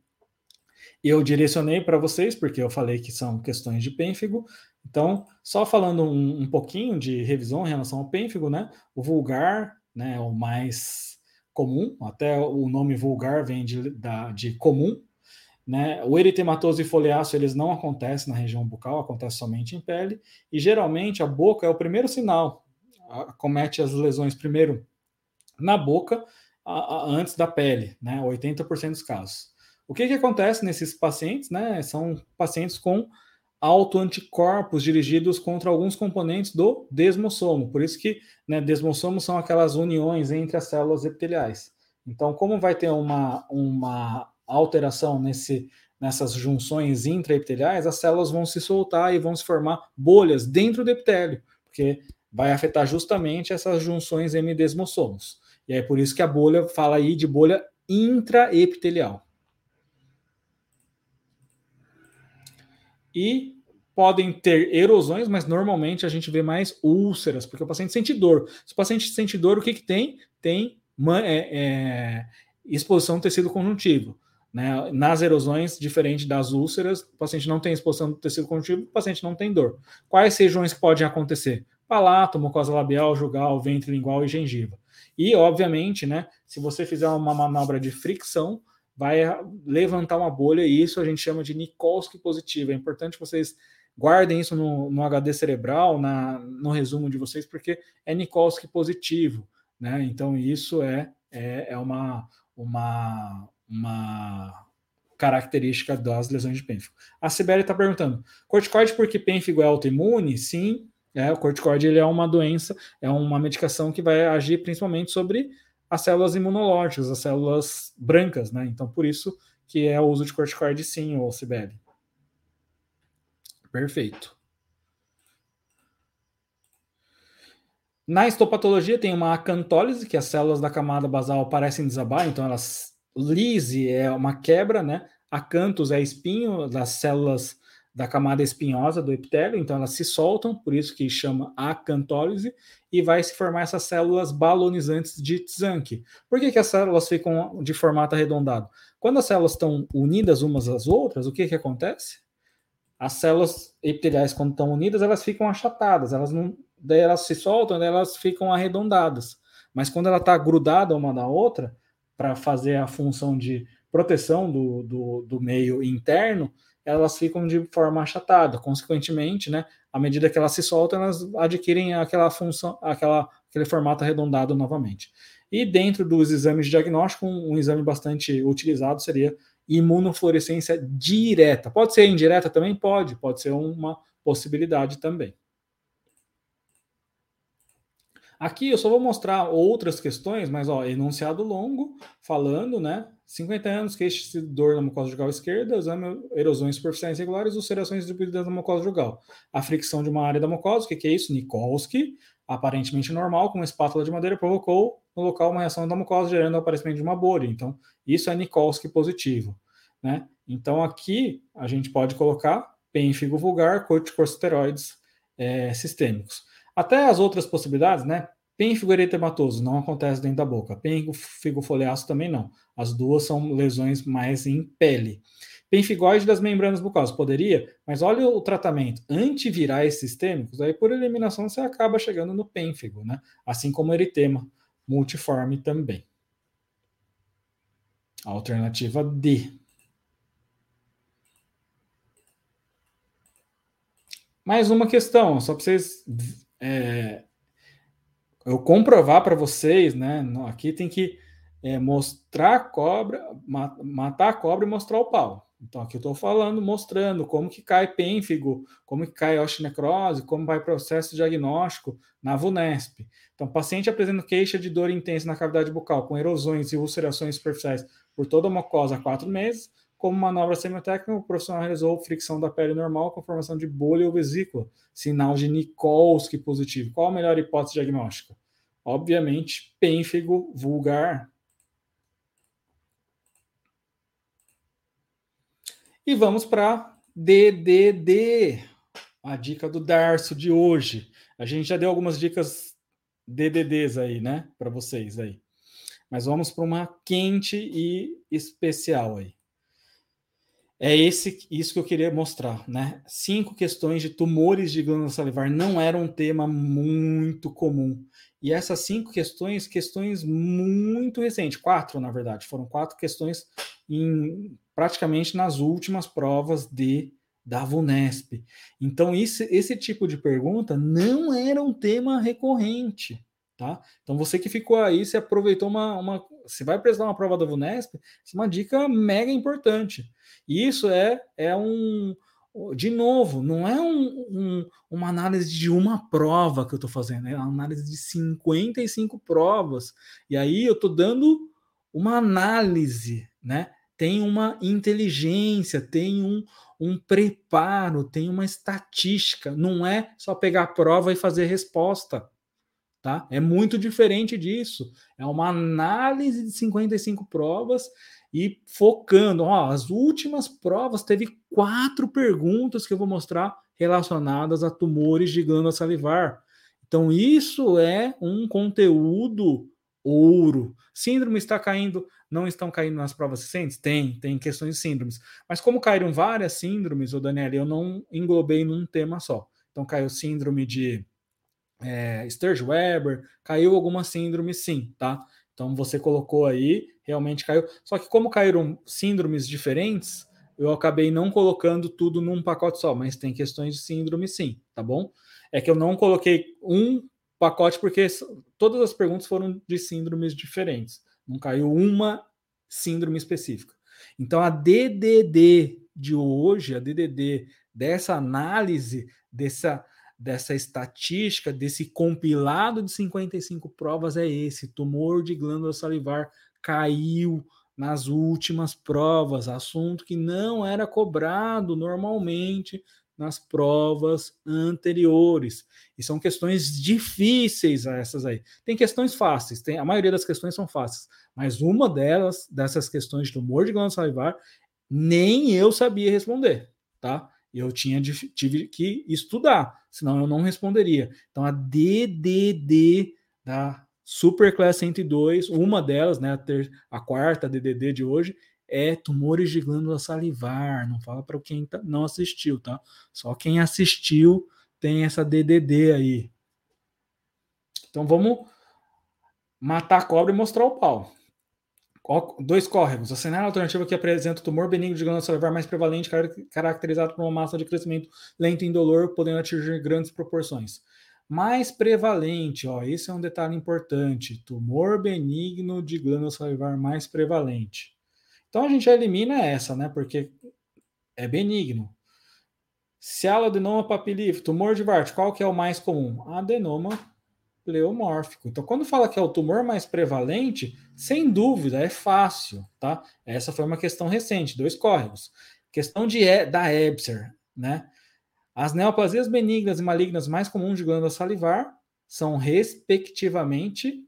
eu direcionei para vocês, porque eu falei que são questões de pênfigo. Então, só falando um, um pouquinho de revisão em relação ao pênfigo, né? O vulgar, né, é o mais comum, até o nome vulgar vem de, da, de comum, né? O eritematoso e foliáceo, eles não acontecem na região bucal, acontece somente em pele, e geralmente a boca é o primeiro sinal, acomete as lesões primeiro na boca, a, a, antes da pele, né? oitenta por cento dos casos. O que, que acontece nesses pacientes, né? São pacientes com autoanticorpos dirigidos contra alguns componentes do desmossomo. Por isso que, né, desmossomos são aquelas uniões entre as células epiteliais. Então, como vai ter uma, uma alteração nesse, nessas junções intraepiteliais, as células vão se soltar e vão se formar bolhas dentro do epitélio, porque vai afetar justamente essas junções hemidesmossomos. E é por isso que a bolha fala aí de bolha intraepitelial. E podem ter erosões, mas normalmente a gente vê mais úlceras, porque o paciente sente dor. Se o paciente sente dor, o que, que tem? Tem é, é, exposição do tecido conjuntivo. Né? Nas erosões, diferente das úlceras, o paciente não tem exposição do tecido conjuntivo, o paciente não tem dor. Quais regiões que podem acontecer? Palato, mucosa labial, jugal, ventre lingual e gengiva. E, obviamente, né, se você fizer uma manobra de fricção, vai levantar uma bolha, e isso a gente chama de Nikolsky positivo. É importante vocês guardem isso no, no H D cerebral, na, no resumo de vocês, porque é Nikolsky positivo, né? Então isso é, é, é uma, uma, uma característica das lesões de pênfigo. A Sibeli está perguntando, corticoide porque pênfigo é autoimune? Sim, é, o corticoide ele é uma doença, é uma medicação que vai agir principalmente sobre as células imunológicas, as células brancas, né? Então, por isso que é o uso de corticoide sim, ô Sibeli. Perfeito. Na histopatologia tem uma acantólise, que as células da camada basal parecem desabar, então elas... Lise é uma quebra, né? Acanthus é espinho das células da camada espinhosa do epitélio, então elas se soltam, por isso que chama acantólise, e vai se formar essas células balonizantes de Tzanck. Por que, que as células ficam de formato arredondado? Quando as células estão unidas umas às outras, o que, que acontece? As células epiteliais, quando estão unidas, elas ficam achatadas, elas não, daí elas se soltam, daí elas ficam arredondadas. Mas quando ela está grudada uma na outra, para fazer a função de proteção do, do, do meio interno, elas ficam de forma achatada. Consequentemente, né, à medida que elas se soltam, elas adquirem aquela função, aquela, aquele formato arredondado novamente. E dentro dos exames de diagnóstico, um, um exame bastante utilizado seria imunofluorescência direta. Pode ser indireta também? Pode, pode ser uma possibilidade também. Aqui eu só vou mostrar outras questões, mas ó, enunciado longo, falando, né? cinquenta anos, queixa de dor na mucosa jugal esquerda, exame erosões superficiais irregulares, ulcerações distribuídas na mucosa jugal. A fricção de uma área da mucosa, o que, que é isso? Nikolsky, aparentemente normal, com uma espátula de madeira, provocou no local uma reação da mucosa, gerando o aparecimento de uma bolha. Então, isso é Nikolsky positivo, né? Então, aqui a gente pode colocar pênfigo vulgar, corticosteroides é, sistêmicos. Até as outras possibilidades, né? Pênfigo eritematoso não acontece dentro da boca. Pênfigo foliáceo também não. As duas são lesões mais em pele. Pênfigoide das membranas bucosas poderia, mas olha o tratamento. Antivirais sistêmicos, aí por eliminação você acaba chegando no pênfigo, né? Assim como eritema multiforme também. Alternativa D. Mais uma questão, só para vocês é, eu comprovar para vocês, né? Aqui tem que é, mostrar a cobra, matar a cobra e mostrar o pau. Então aqui eu estou falando, mostrando como que cai pênfigo, como que cai osteonecrose, como vai o processo diagnóstico na VUNESP. Então, paciente apresenta queixa de dor intensa na cavidade bucal, com erosões e ulcerações superficiais por toda a mucosa há quatro meses. Como manobra semiotécnica, o profissional realizou fricção da pele normal com formação de bolha ou vesícula, sinal de Nikolsky positivo. Qual a melhor hipótese diagnóstica? Obviamente, pênfigo vulgar. E vamos para D D D, a dica do Darcio de hoje. A gente já deu algumas dicas D D Ds aí, né, para vocês aí. Mas vamos para uma quente e especial aí. É esse, isso que eu queria mostrar, né? Cinco questões de tumores de glândula salivar não era um tema muito comum. E essas cinco questões, questões muito recentes, quatro na verdade, foram quatro questões em, praticamente nas últimas provas de da VUNESP. Então, esse, esse tipo de pergunta não era um tema recorrente. Tá? Então, você que ficou aí, você aproveitou uma, uma. Você vai prestar uma prova da VUNESP, isso é uma dica mega importante. E isso é, é um. De novo, não é um, um, uma análise de uma prova que eu estou fazendo, é uma análise de cinquenta e cinco provas. E aí eu estou dando uma análise, né? Tem uma inteligência, tem um, um preparo, tem uma estatística. Não é só pegar a prova e fazer resposta. Tá? É muito diferente disso. É uma análise de cinquenta e cinco provas e focando. Ó, as últimas provas teve quatro perguntas que eu vou mostrar relacionadas a tumores de glândula salivar. Então, isso é um conteúdo ouro. Síndrome está caindo, não estão caindo nas provas recentes? Tem, tem questões de síndromes. Mas como caíram várias síndromes, ô Daniela, eu não englobei num tema só. Então, caiu síndrome de É, Sturge-Weber, caiu alguma síndrome sim, tá? Então você colocou aí, realmente caiu. Só que como caíram síndromes diferentes, eu acabei não colocando tudo num pacote só, mas tem questões de síndrome sim, tá bom? É que eu não coloquei um pacote porque todas as perguntas foram de síndromes diferentes. Não caiu uma síndrome específica. Então, a D D D de hoje, a D D D dessa análise, dessa, dessa estatística, desse compilado de cinquenta e cinco provas é esse: tumor de glândula salivar caiu nas últimas provas, assunto que não era cobrado normalmente nas provas anteriores. E são questões difíceis essas aí. Tem questões fáceis, tem, a maioria das questões são fáceis, mas uma delas, dessas questões de tumor de glândula salivar, nem eu sabia responder, tá? Eu tinha, tive que estudar, senão eu não responderia. Então, a D D D da Superclass cento e dois, uma delas, né, a, ter, a quarta D D D de hoje, é tumores de glândula salivar. Não fala para quem tá, não assistiu, tá? Só quem assistiu tem essa D D D aí. Então, vamos matar a cobra e mostrar o pau. Dois córregos. A cenário alternativa que apresenta o tumor benigno de glândula salivar mais prevalente, caracterizado por uma massa de crescimento lento e indolor, podendo atingir grandes proporções. Mais prevalente, ó, esse é um detalhe importante. Tumor benigno de glândula salivar mais prevalente. Então a gente já elimina essa, né? Porque é benigno. Cialoadenoma papilífero, tumor de Wart, qual que é o mais comum? Adenoma pleomórfico. Então, quando fala que é o tumor mais prevalente, sem dúvida, é fácil, tá? Essa foi uma questão recente, dois córregos. Questão de, da Ebser, né? As neoplasias benignas e malignas mais comuns de glândula salivar são, respectivamente...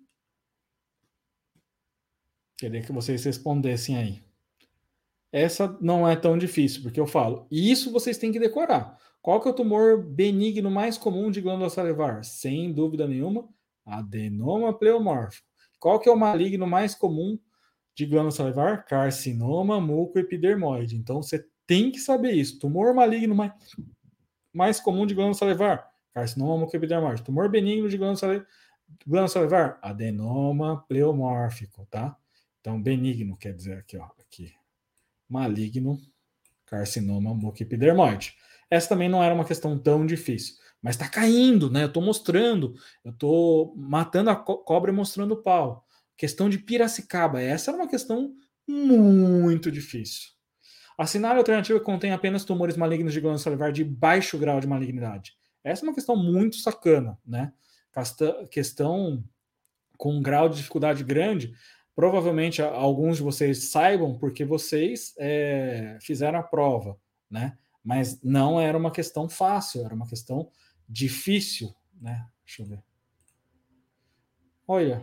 Queria que vocês respondessem aí. Essa não é tão difícil, porque eu falo, isso vocês têm que decorar. Qual que é o tumor benigno mais comum de glândula salivar? Sem dúvida nenhuma, adenoma pleomórfico. Qual que é o maligno mais comum de glândula salivar? Carcinoma mucoepidermoide. Então você tem que saber isso. Tumor maligno mais, mais comum de glândula salivar? Carcinoma mucoepidermoide. Tumor benigno de glândula salivar? Glândula salivar? Adenoma pleomórfico, tá? Então benigno quer dizer aqui, ó, aqui. Maligno, carcinoma mucoepidermoide. Essa também não era uma questão tão difícil, mas está caindo, né? Eu estou mostrando, eu estou matando a co cobra e mostrando o pau. Questão de Piracicaba, essa era uma questão muito difícil. A cenário alternativa contém apenas tumores malignos de glândula salivar de baixo grau de malignidade. Essa é uma questão muito sacana, né? Questão com um grau de dificuldade grande. Provavelmente alguns de vocês saibam porque vocês é, fizeram a prova, né? Mas não era uma questão fácil, era uma questão difícil, né? Deixa eu ver. Olha.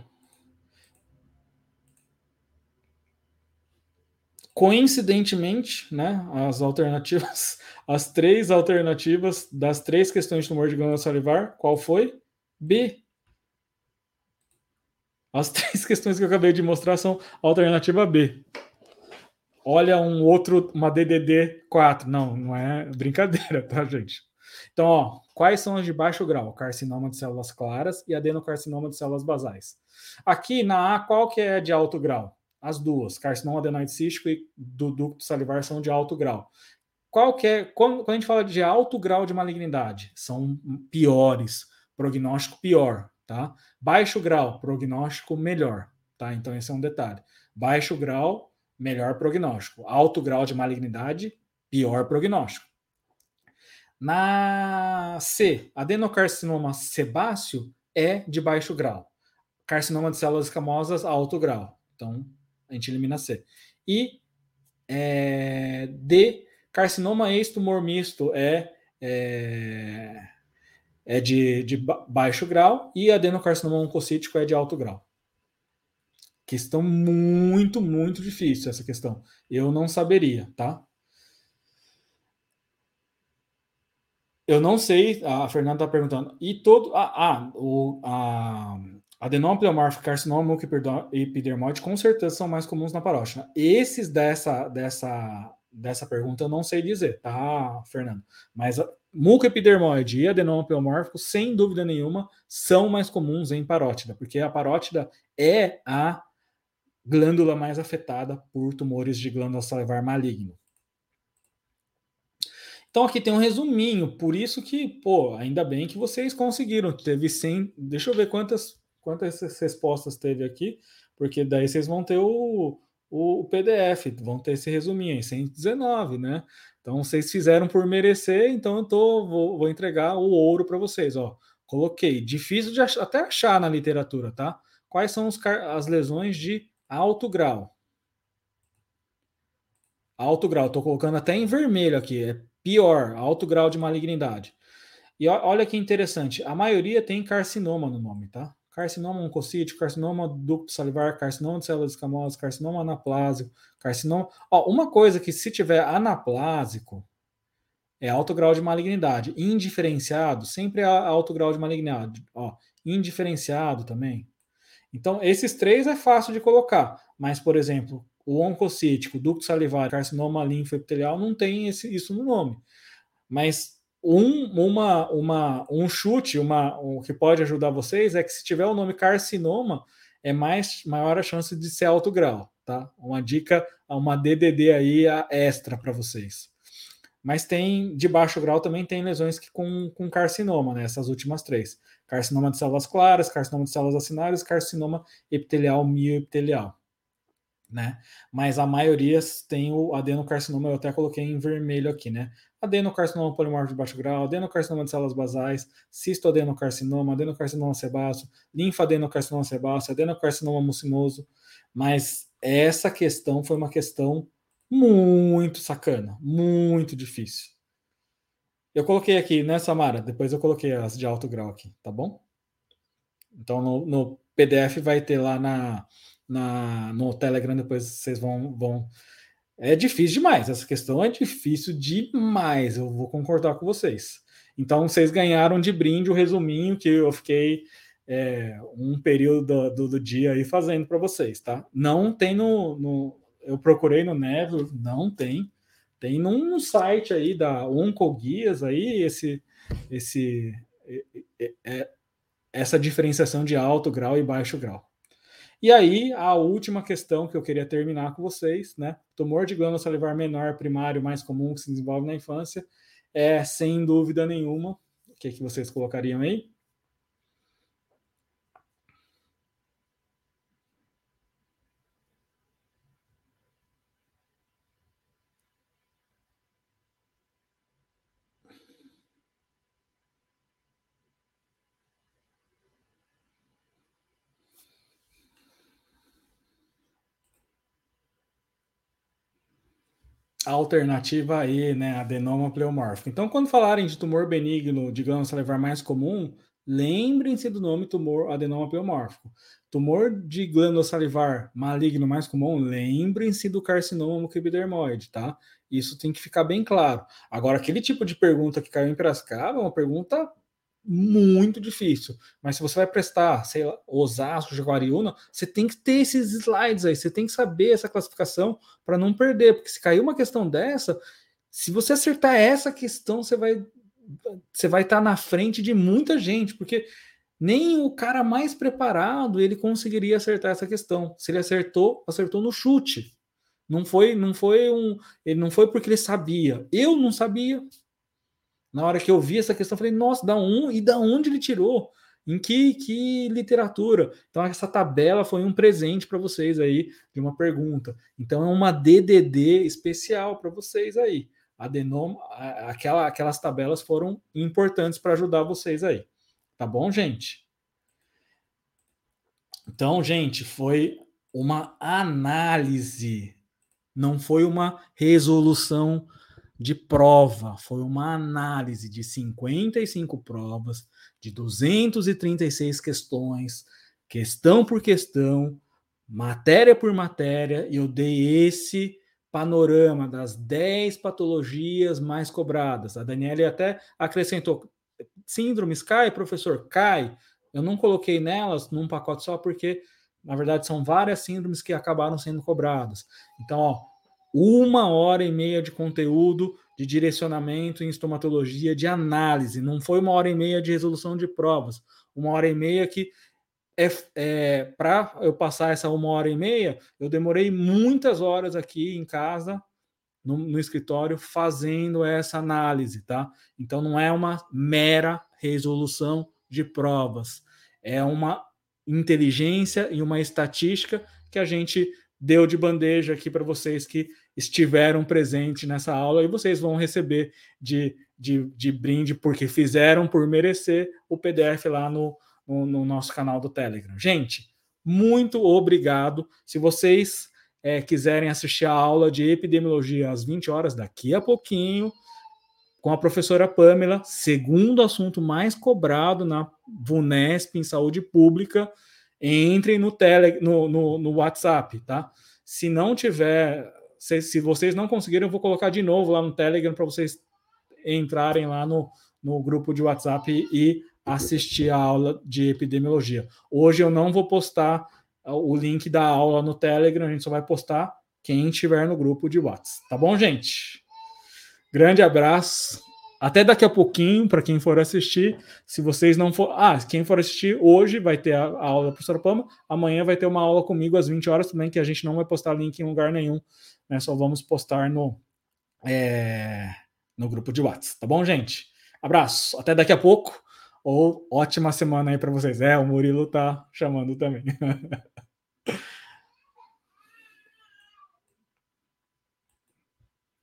Coincidentemente, né? As alternativas, as três alternativas das três questões de tumor de glândula salivar, qual foi? B. As três questões que eu acabei de mostrar são alternativa B. Olha um outro, uma D D D quatro. Não, não é brincadeira, tá, gente? Então, ó, quais são as de baixo grau? Carcinoma de células claras e adenocarcinoma de células basais. Aqui na A, qual que é de alto grau? As duas, carcinoma adenoide cístico e do ducto salivar são de alto grau. Qual que é, quando, quando a gente fala de alto grau de malignidade, são piores, prognóstico pior, tá? Baixo grau, prognóstico melhor, tá? Então esse é um detalhe. Baixo grau, melhor prognóstico. Alto grau de malignidade, pior prognóstico. Na C, adenocarcinoma sebáceo é de baixo grau. Carcinoma de células escamosas, alto grau. Então, a gente elimina C. E é, D, carcinoma ex-tumor misto é, é, é de, de baixo grau e adenocarcinoma oncocítico é de alto grau. Questão muito, muito difícil essa questão. Eu não saberia, tá? Eu não sei, a Fernanda está perguntando. E todo. Ah, ah o, a adenoma pleomórfico, carcinoma mucoepidermoide com certeza são mais comuns na parótida. Esses dessa, dessa, dessa pergunta eu não sei dizer, tá, Fernando? Mas mucoepidermoide e adenoma pleomórfico, sem dúvida nenhuma, são mais comuns em parótida, porque a parótida é a glândula mais afetada por tumores de glândula salivar maligno. Então aqui tem um resuminho, por isso que, pô, ainda bem que vocês conseguiram. Teve cem, deixa eu ver quantas, quantas respostas teve aqui, porque daí vocês vão ter o, o, o P D F, vão ter esse resuminho aí, cento e dezenove, né? Então vocês fizeram por merecer, então eu tô, vou, vou entregar o ouro para vocês, ó. Coloquei, difícil de ach- até achar na literatura, tá? Quais são os, as lesões de alto grau? Alto grau, tô colocando até em vermelho aqui, é pior, alto grau de malignidade. E olha que interessante, a maioria tem carcinoma no nome, tá? Carcinoma oncocítico, carcinoma ducto salivar, carcinoma de células escamosas, carcinoma anaplásico, carcinoma... Ó, uma coisa que se tiver anaplásico é alto grau de malignidade. Indiferenciado, sempre é alto grau de malignidade. Ó, indiferenciado também. Então, esses três é fácil de colocar. Mas, por exemplo, o oncocítico, ducto salivar, carcinoma linfoepitelial não tem esse, isso no nome. Mas um, uma, uma, um chute, uma, o que pode ajudar vocês é que se tiver o nome carcinoma, é mais maior a chance de ser alto grau, tá? Uma dica, uma D D D aí extra para vocês. Mas tem, de baixo grau também tem lesões que com, com carcinoma, né? Essas últimas três. Carcinoma de células claras, carcinoma de células acinárias, carcinoma epitelial mioepitelial, né? Mas a maioria tem o adenocarcinoma, eu até coloquei em vermelho aqui, né? Adenocarcinoma polimórfico de baixo grau, adenocarcinoma de células basais, cistoadenocarcinoma, adenocarcinoma sebáceo, linfaadenocarcinoma sebáceo, adenocarcinoma mucinoso. Mas essa questão foi uma questão muito sacana, muito difícil. Eu coloquei aqui, né, Samara? Depois eu coloquei as de alto grau aqui, tá bom? Então no, no P D F vai ter lá na, na, no Telegram, depois vocês vão, vão. É difícil demais, essa questão é difícil demais, eu vou concordar com vocês. Então vocês ganharam de brinde o resuminho que eu fiquei é, um período do, do dia aí fazendo para vocês, tá? Não tem no, no. Eu procurei no Neville, não tem. Tem num site aí da Oncoguias aí, esse, esse, é, é, essa diferenciação de alto grau e baixo grau. E aí, a última questão que eu queria terminar com vocês, né? Tumor de glândula salivar menor primário mais comum que se desenvolve na infância é, sem dúvida nenhuma, o que, que vocês colocariam aí? A alternativa aí, né, adenoma pleomórfico. Então, quando falarem de tumor benigno de glândula salivar mais comum, lembrem-se do nome tumor adenoma pleomórfico. Tumor de glândula salivar maligno mais comum, lembrem-se do carcinoma mucoepidermoide, tá? Isso tem que ficar bem claro. Agora, aquele tipo de pergunta que caiu em Piracicaba é uma pergunta muito difícil. Mas se você vai prestar, sei lá, Osasco, Jaguariúna, você tem que ter esses slides aí, você tem que saber essa classificação para não perder, porque se cair uma questão dessa, se você acertar essa questão, você vai você vai estar na frente de muita gente, porque nem o cara mais preparado ele conseguiria acertar essa questão. Se ele acertou, acertou no chute. Não foi, não foi um, ele não foi porque ele sabia. Eu não sabia. Na hora que eu vi essa questão, eu falei, nossa, da um e da onde ele tirou? Em que, que literatura? Então, essa tabela foi um presente para vocês aí de uma pergunta. Então, é uma D D D especial para vocês aí. Adenoma, aquela, aquelas tabelas foram importantes para ajudar vocês aí. Tá bom, gente? Então, gente, foi uma análise, não foi uma resolução de prova, foi uma análise de cinquenta e cinco provas, de duzentas e trinta e seis questões, questão por questão, matéria por matéria, e eu dei esse panorama das dez patologias mais cobradas. A Daniela até acrescentou: síndromes cai, professor? Cai. Eu não coloquei nelas num pacote só porque, na verdade, são várias síndromes que acabaram sendo cobradas. Então, ó, uma hora e meia de conteúdo de direcionamento em estomatologia, de análise. Não foi uma hora e meia de resolução de provas. Uma hora e meia que é, é para eu passar essa uma hora e meia, eu demorei muitas horas aqui em casa, no, no escritório, fazendo essa análise, tá? Então não é uma mera resolução de provas, é uma inteligência e uma estatística que a gente deu de bandeja aqui para vocês que estiveram presentes nessa aula, e vocês vão receber de, de, de brinde, porque fizeram por merecer, o P D F lá no, no, no nosso canal do Telegram. Gente, muito obrigado. Se vocês é, quiserem assistir a aula de epidemiologia às vinte horas, daqui a pouquinho, com a professora Pamela, segundo assunto mais cobrado na VUNESP em saúde pública, entrem no, tele, no, no, no WhatsApp, tá? Se não tiver, se, se vocês não conseguirem, eu vou colocar de novo lá no Telegram para vocês entrarem lá no, no grupo de WhatsApp e assistir a aula de epidemiologia. Hoje eu não vou postar o link da aula no Telegram, a gente só vai postar quem estiver no grupo de WhatsApp. Tá bom, gente? Grande abraço. Até daqui a pouquinho, para quem for assistir. Se vocês não for. Ah, quem for assistir hoje vai ter a, a aula da professora Pama. Amanhã vai ter uma aula comigo às vinte horas também, que a gente não vai postar link em lugar nenhum, né? Só vamos postar no, é, no grupo de WhatsApp. Tá bom, gente? Abraço. Até daqui a pouco. Ou ótima semana aí para vocês. É, o Murilo tá chamando também.